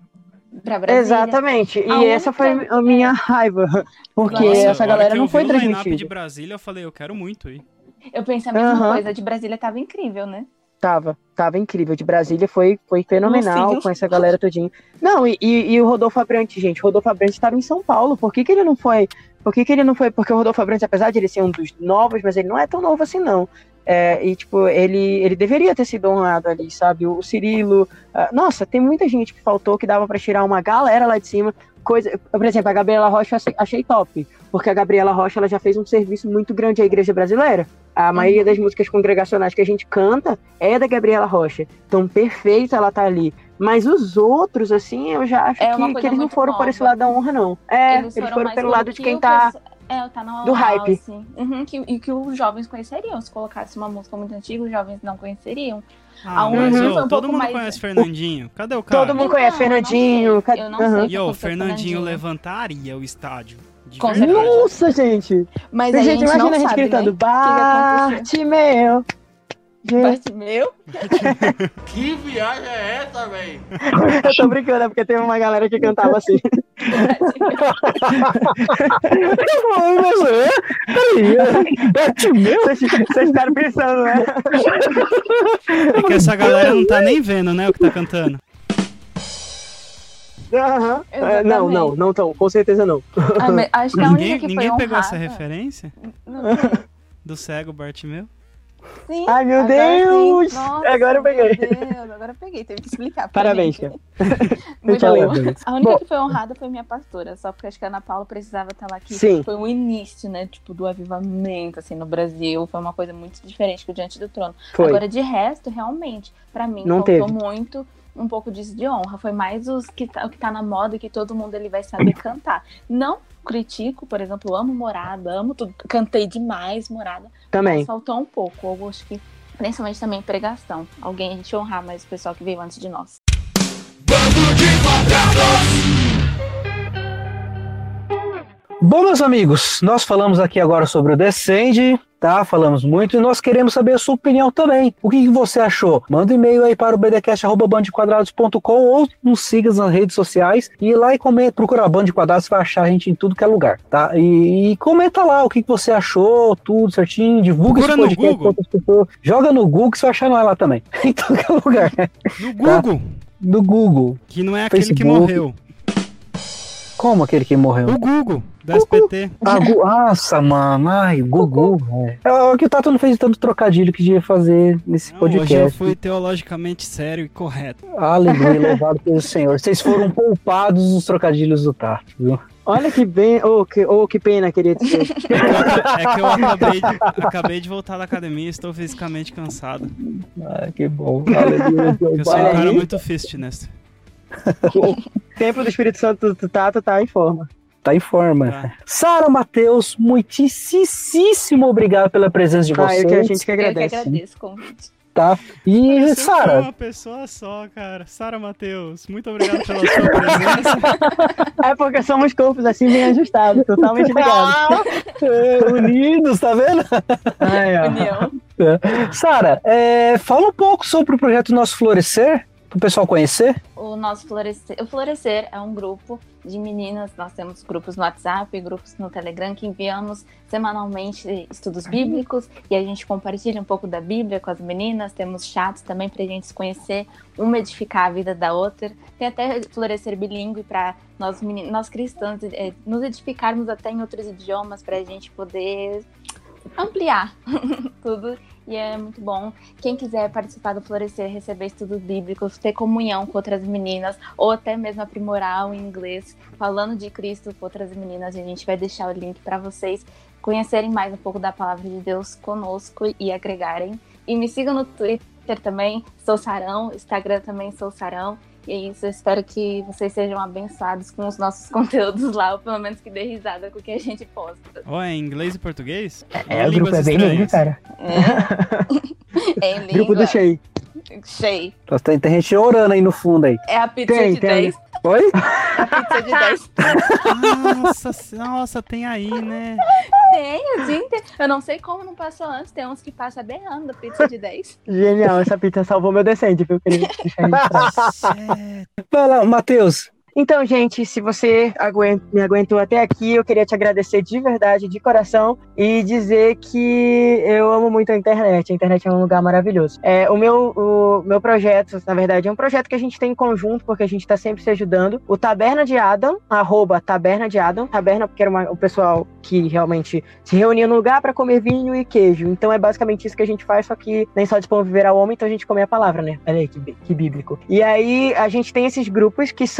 Exatamente, e essa foi a minha raiva, porque essa galera não foi transmitida. Eu vi o line-up de Brasília, eu falei, eu quero muito ir. Eu pensei a mesma coisa, de Brasília tava incrível, né? Tava incrível, de Brasília foi fenomenal, com essa galera todinha. Não, e o Rodolfo Abrantes, gente, o Rodolfo Abrantes estava em São Paulo, por que ele não foi? Porque o Rodolfo Abrantes, apesar de ele ser um dos novos, mas ele não é tão novo assim, não. E, tipo, ele deveria ter sido honrado ali, sabe? O Cirilo. Nossa, tem muita gente que faltou que dava pra tirar uma galera lá de cima. Por exemplo, a Gabriela Rocha eu achei top, porque a Gabriela Rocha ela já fez um serviço muito grande à igreja brasileira. A maioria das músicas congregacionais que a gente canta é da Gabriela Rocha. Então, perfeito ela tá ali. Mas os outros, assim, eu já acho É uma que coisa eles não muito foram por nova. esse lado da honra, não. Eles foram mais pelo lado de que quem o tá... tá na do hype. Assim. E que os jovens conheceriam. Se colocasse uma música muito antiga, os jovens não conheceriam. Ah, mas todo mundo conhece Fernandinho. Cadê o cara? Todo mundo conhece Fernandinho. Eu não sei. E o Fernandinho levantaria o estádio. Nossa, gente. Mas gente, imagina a gente sabe, gritando, né? Bartimeu. Bartimeu? Que viagem é essa, velho? Eu tô brincando, é porque teve uma galera que cantava assim. Vocês ficaram pensando, né? É que essa galera não tá nem vendo, né, o que tá cantando. Não tão, com certeza não. Acho que a única que Ninguém foi pegou honrada... essa referência? Não. Do cego Bartimeu? Sim. Ai, meu agora Deus! sim. Nossa, agora eu peguei. Meu Deus, agora eu peguei, teve que explicar. Parabéns, gente. cara. Muito bom. A única que foi honrada foi minha pastora, só porque acho que a Ana Paula precisava estar lá aqui. Sim. Foi o início, né, tipo, do avivamento, assim, no Brasil. Foi uma coisa muito diferente que o Diante do Trono. Foi. Agora, de resto, realmente, pra mim, Não faltou teve. muito um pouco disso de honra. Foi mais o que tá na moda e que todo mundo ele vai saber cantar. Não critico, por exemplo, amo Morada, amo tudo. Cantei demais Morada. Também. Mas faltou um pouco. Eu acho que, principalmente também pregação. Alguém a gente honrar mais o pessoal que veio antes de nós. Bom, meus amigos, nós falamos aqui agora sobre o Descende, tá? Falamos muito e nós queremos saber a sua opinião também. O que você achou? Manda um e-mail aí para o bdcast@bandequadrados.com ou nos siga nas redes sociais e lá e comenta, procura Bande Quadrados, você vai achar a gente em tudo que é lugar, tá? E comenta lá o que você achou, tudo certinho, divulga esse podcast com outras pessoas. Joga no Google que você vai achar nós lá também, em tudo que é lugar. No Google? Tá? No Google. Que não é aquele Facebook. que morreu. Como aquele que morreu? O Google, do SPT. Nossa, mano. Ai, Gugu. É que o Tato não fez tanto trocadilho que devia fazer nesse podcast. Hoje eu fui teologicamente sério e correto. Aleluia, louvado pelo Senhor. Vocês foram poupados dos trocadilhos do Tato, viu? Olha que bem, que pena, queria dizer. É que eu acabei de voltar da academia e estou fisicamente cansado. Ah, que bom. Aleluia. Eu sou um cara muito fitness. O tempo do Espírito Santo do Tato tá em forma. Tá em forma. Tá. Sara Matheus, muitíssimo obrigado pela presença de vocês. A gente que agradece. Eu que agradeço o convite. Tá? E Sara. Uma pessoa só, cara. Sara Matheus, muito obrigado pela sua presença. É porque somos corpos assim bem ajustados, totalmente ligados. Unidos, tá vendo? União. Sara, fala um pouco sobre o projeto Nosso Florescer, para o pessoal conhecer. O nosso Florescer, o Florescer é um grupo de meninas, nós temos grupos no WhatsApp, grupos no Telegram que enviamos semanalmente estudos bíblicos e a gente compartilha um pouco da Bíblia com as meninas, temos chats também para a gente se conhecer, uma edificar a vida da outra, tem até Florescer bilíngue para nós cristãos nos edificarmos até em outros idiomas para a gente poder ampliar tudo. E é muito bom. Quem quiser participar do Florescer, receber estudos bíblicos, ter comunhão com outras meninas, ou até mesmo aprimorar o inglês, falando de Cristo com outras meninas, a gente vai deixar o link para vocês conhecerem mais um pouco da palavra de Deus conosco e agregarem. E me sigam no Twitter também, sou Sarão, Instagram também sou Sarão. E é isso, eu espero que vocês sejam abençoados com os nossos conteúdos lá, ou pelo menos que dê risada com o que a gente posta. É em inglês e português? O grupo é bem lindo, cara. É em língua. Grupo do Shei. Shei. Tem gente orando aí no fundo aí. É a pizza de 10. Oi? A pizza de 10. Nossa, tem aí, né? Tem, o dia inteiro. Eu não sei como não passou antes, tem uns que passam berrando a pizza de 10. Genial, essa pizza salvou meu Descende, viu? Queria deixar Vai lá, Matheus. Então, gente, se você me aguentou até aqui, eu queria te agradecer de verdade, de coração, e dizer que eu amo muito a internet. A internet é um lugar maravilhoso. O meu projeto, na verdade, é um projeto que a gente tem em conjunto, porque a gente está sempre se ajudando. O Taberna de Adam, @Taberna de Adam. Taberna porque era o pessoal que realmente se reunia no lugar para comer vinho e queijo. Então é basicamente isso que a gente faz, só que nem só de pão viver ao homem, então a gente come a palavra, né? Olha aí, que bíblico. E aí a gente tem esses grupos que são como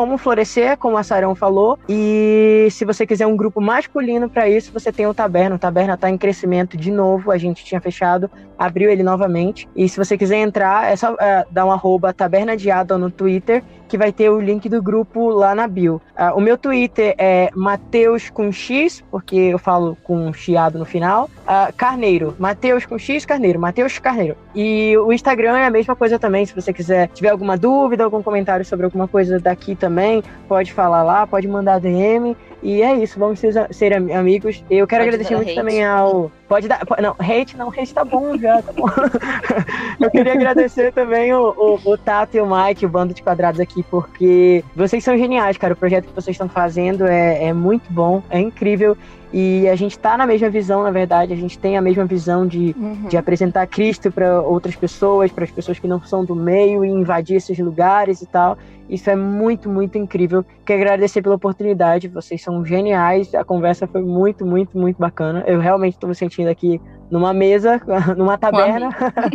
como florescer, como a Sarão falou. E se você quiser um grupo masculino para isso, você tem o Taberna. O Taberna tá em crescimento de novo. A gente tinha fechado, abriu ele novamente. E se você quiser entrar, é só dar um @tabernadiado no Twitter, que vai ter o link do grupo lá na bio. O meu Twitter é Mateus com X, porque eu falo com chiado no final. Carneiro, Mateus com X, Carneiro, Mateus Carneiro. E o Instagram é a mesma coisa também, se você quiser, tiver alguma dúvida, algum comentário sobre alguma coisa daqui também, pode falar lá, pode mandar DM. E é isso, vamos ser amigos. Eu quero agradecer muito também ao... Não, hate tá bom já, tá bom. Eu queria agradecer também o Tato e o Mike, o Bando de Quadrados aqui, porque vocês são geniais, cara. O projeto que vocês estão fazendo é muito bom, é incrível. E a gente tá na mesma visão, na verdade. A gente tem a mesma visão de apresentar Cristo para outras pessoas, para as pessoas que não são do meio, e invadir esses lugares e tal. Isso é muito, muito incrível. Quero agradecer pela oportunidade. Vocês são geniais. A conversa foi muito, muito, muito bacana. Eu realmente estou me sentindo aqui numa mesa, numa taberna.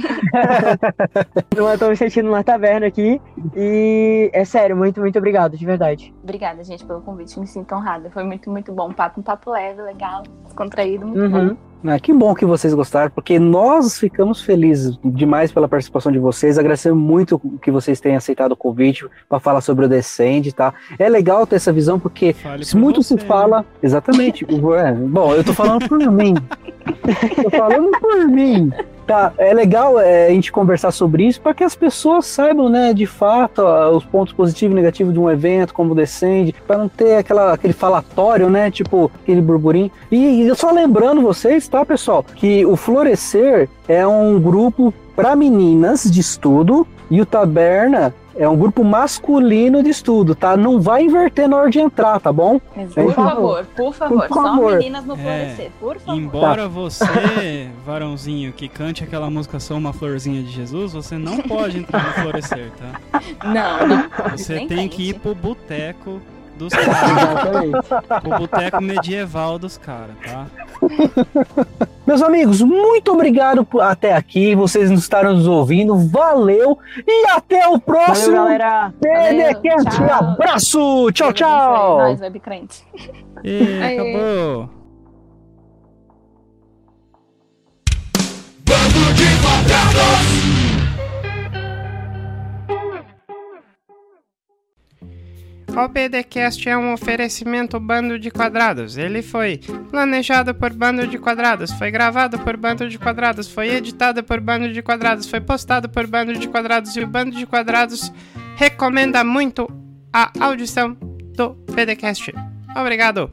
Estou me sentindo numa taberna aqui. E é sério, muito, muito obrigado, de verdade. Obrigada, gente, pelo convite. Me sinto honrada. Foi muito, muito bom. Um papo leve, legal, descontraído, muito bom. Que bom que vocês gostaram, porque nós ficamos felizes demais pela participação de vocês. Agradecemos muito que vocês tenham aceitado o convite para falar sobre o Descende, tá? É legal ter essa visão, porque muito se fala... Exatamente. Bom, eu tô falando por mim. Tô falando por mim. Tá, é legal a gente conversar sobre isso para que as pessoas saibam, né, de fato, os pontos positivos e negativos de um evento como o Descende, para não ter aquele falatório, né, tipo aquele burburinho. E só lembrando vocês, tá, pessoal, que o Florescer é um grupo para meninas de estudo e o Taberna é um grupo masculino de estudo, tá? Não vai inverter na hora de entrar, tá bom? Por favor. Só meninas no Florescer, por favor. Embora você, varãozinho, que cante aquela música Sou uma Florzinha de Jesus, você não pode entrar no Florescer, tá? Não. Você tem que ir pro boteco dos caras. Pro boteco medieval dos caras, tá? Meus amigos, muito obrigado até aqui. Vocês nos estaram nos ouvindo. Valeu e até o próximo. Valeu, galera. PDCast. Abraço. Tchau, tchau. Nós, webcrente. Acabou. Bando de Quadrados. O PDCast é um oferecimento Bando de Quadrados. Ele foi planejado por Bando de Quadrados, foi gravado por Bando de Quadrados, foi editado por Bando de Quadrados, foi postado por Bando de Quadrados, e o Bando de Quadrados recomenda muito a audição do PDCast. Obrigado!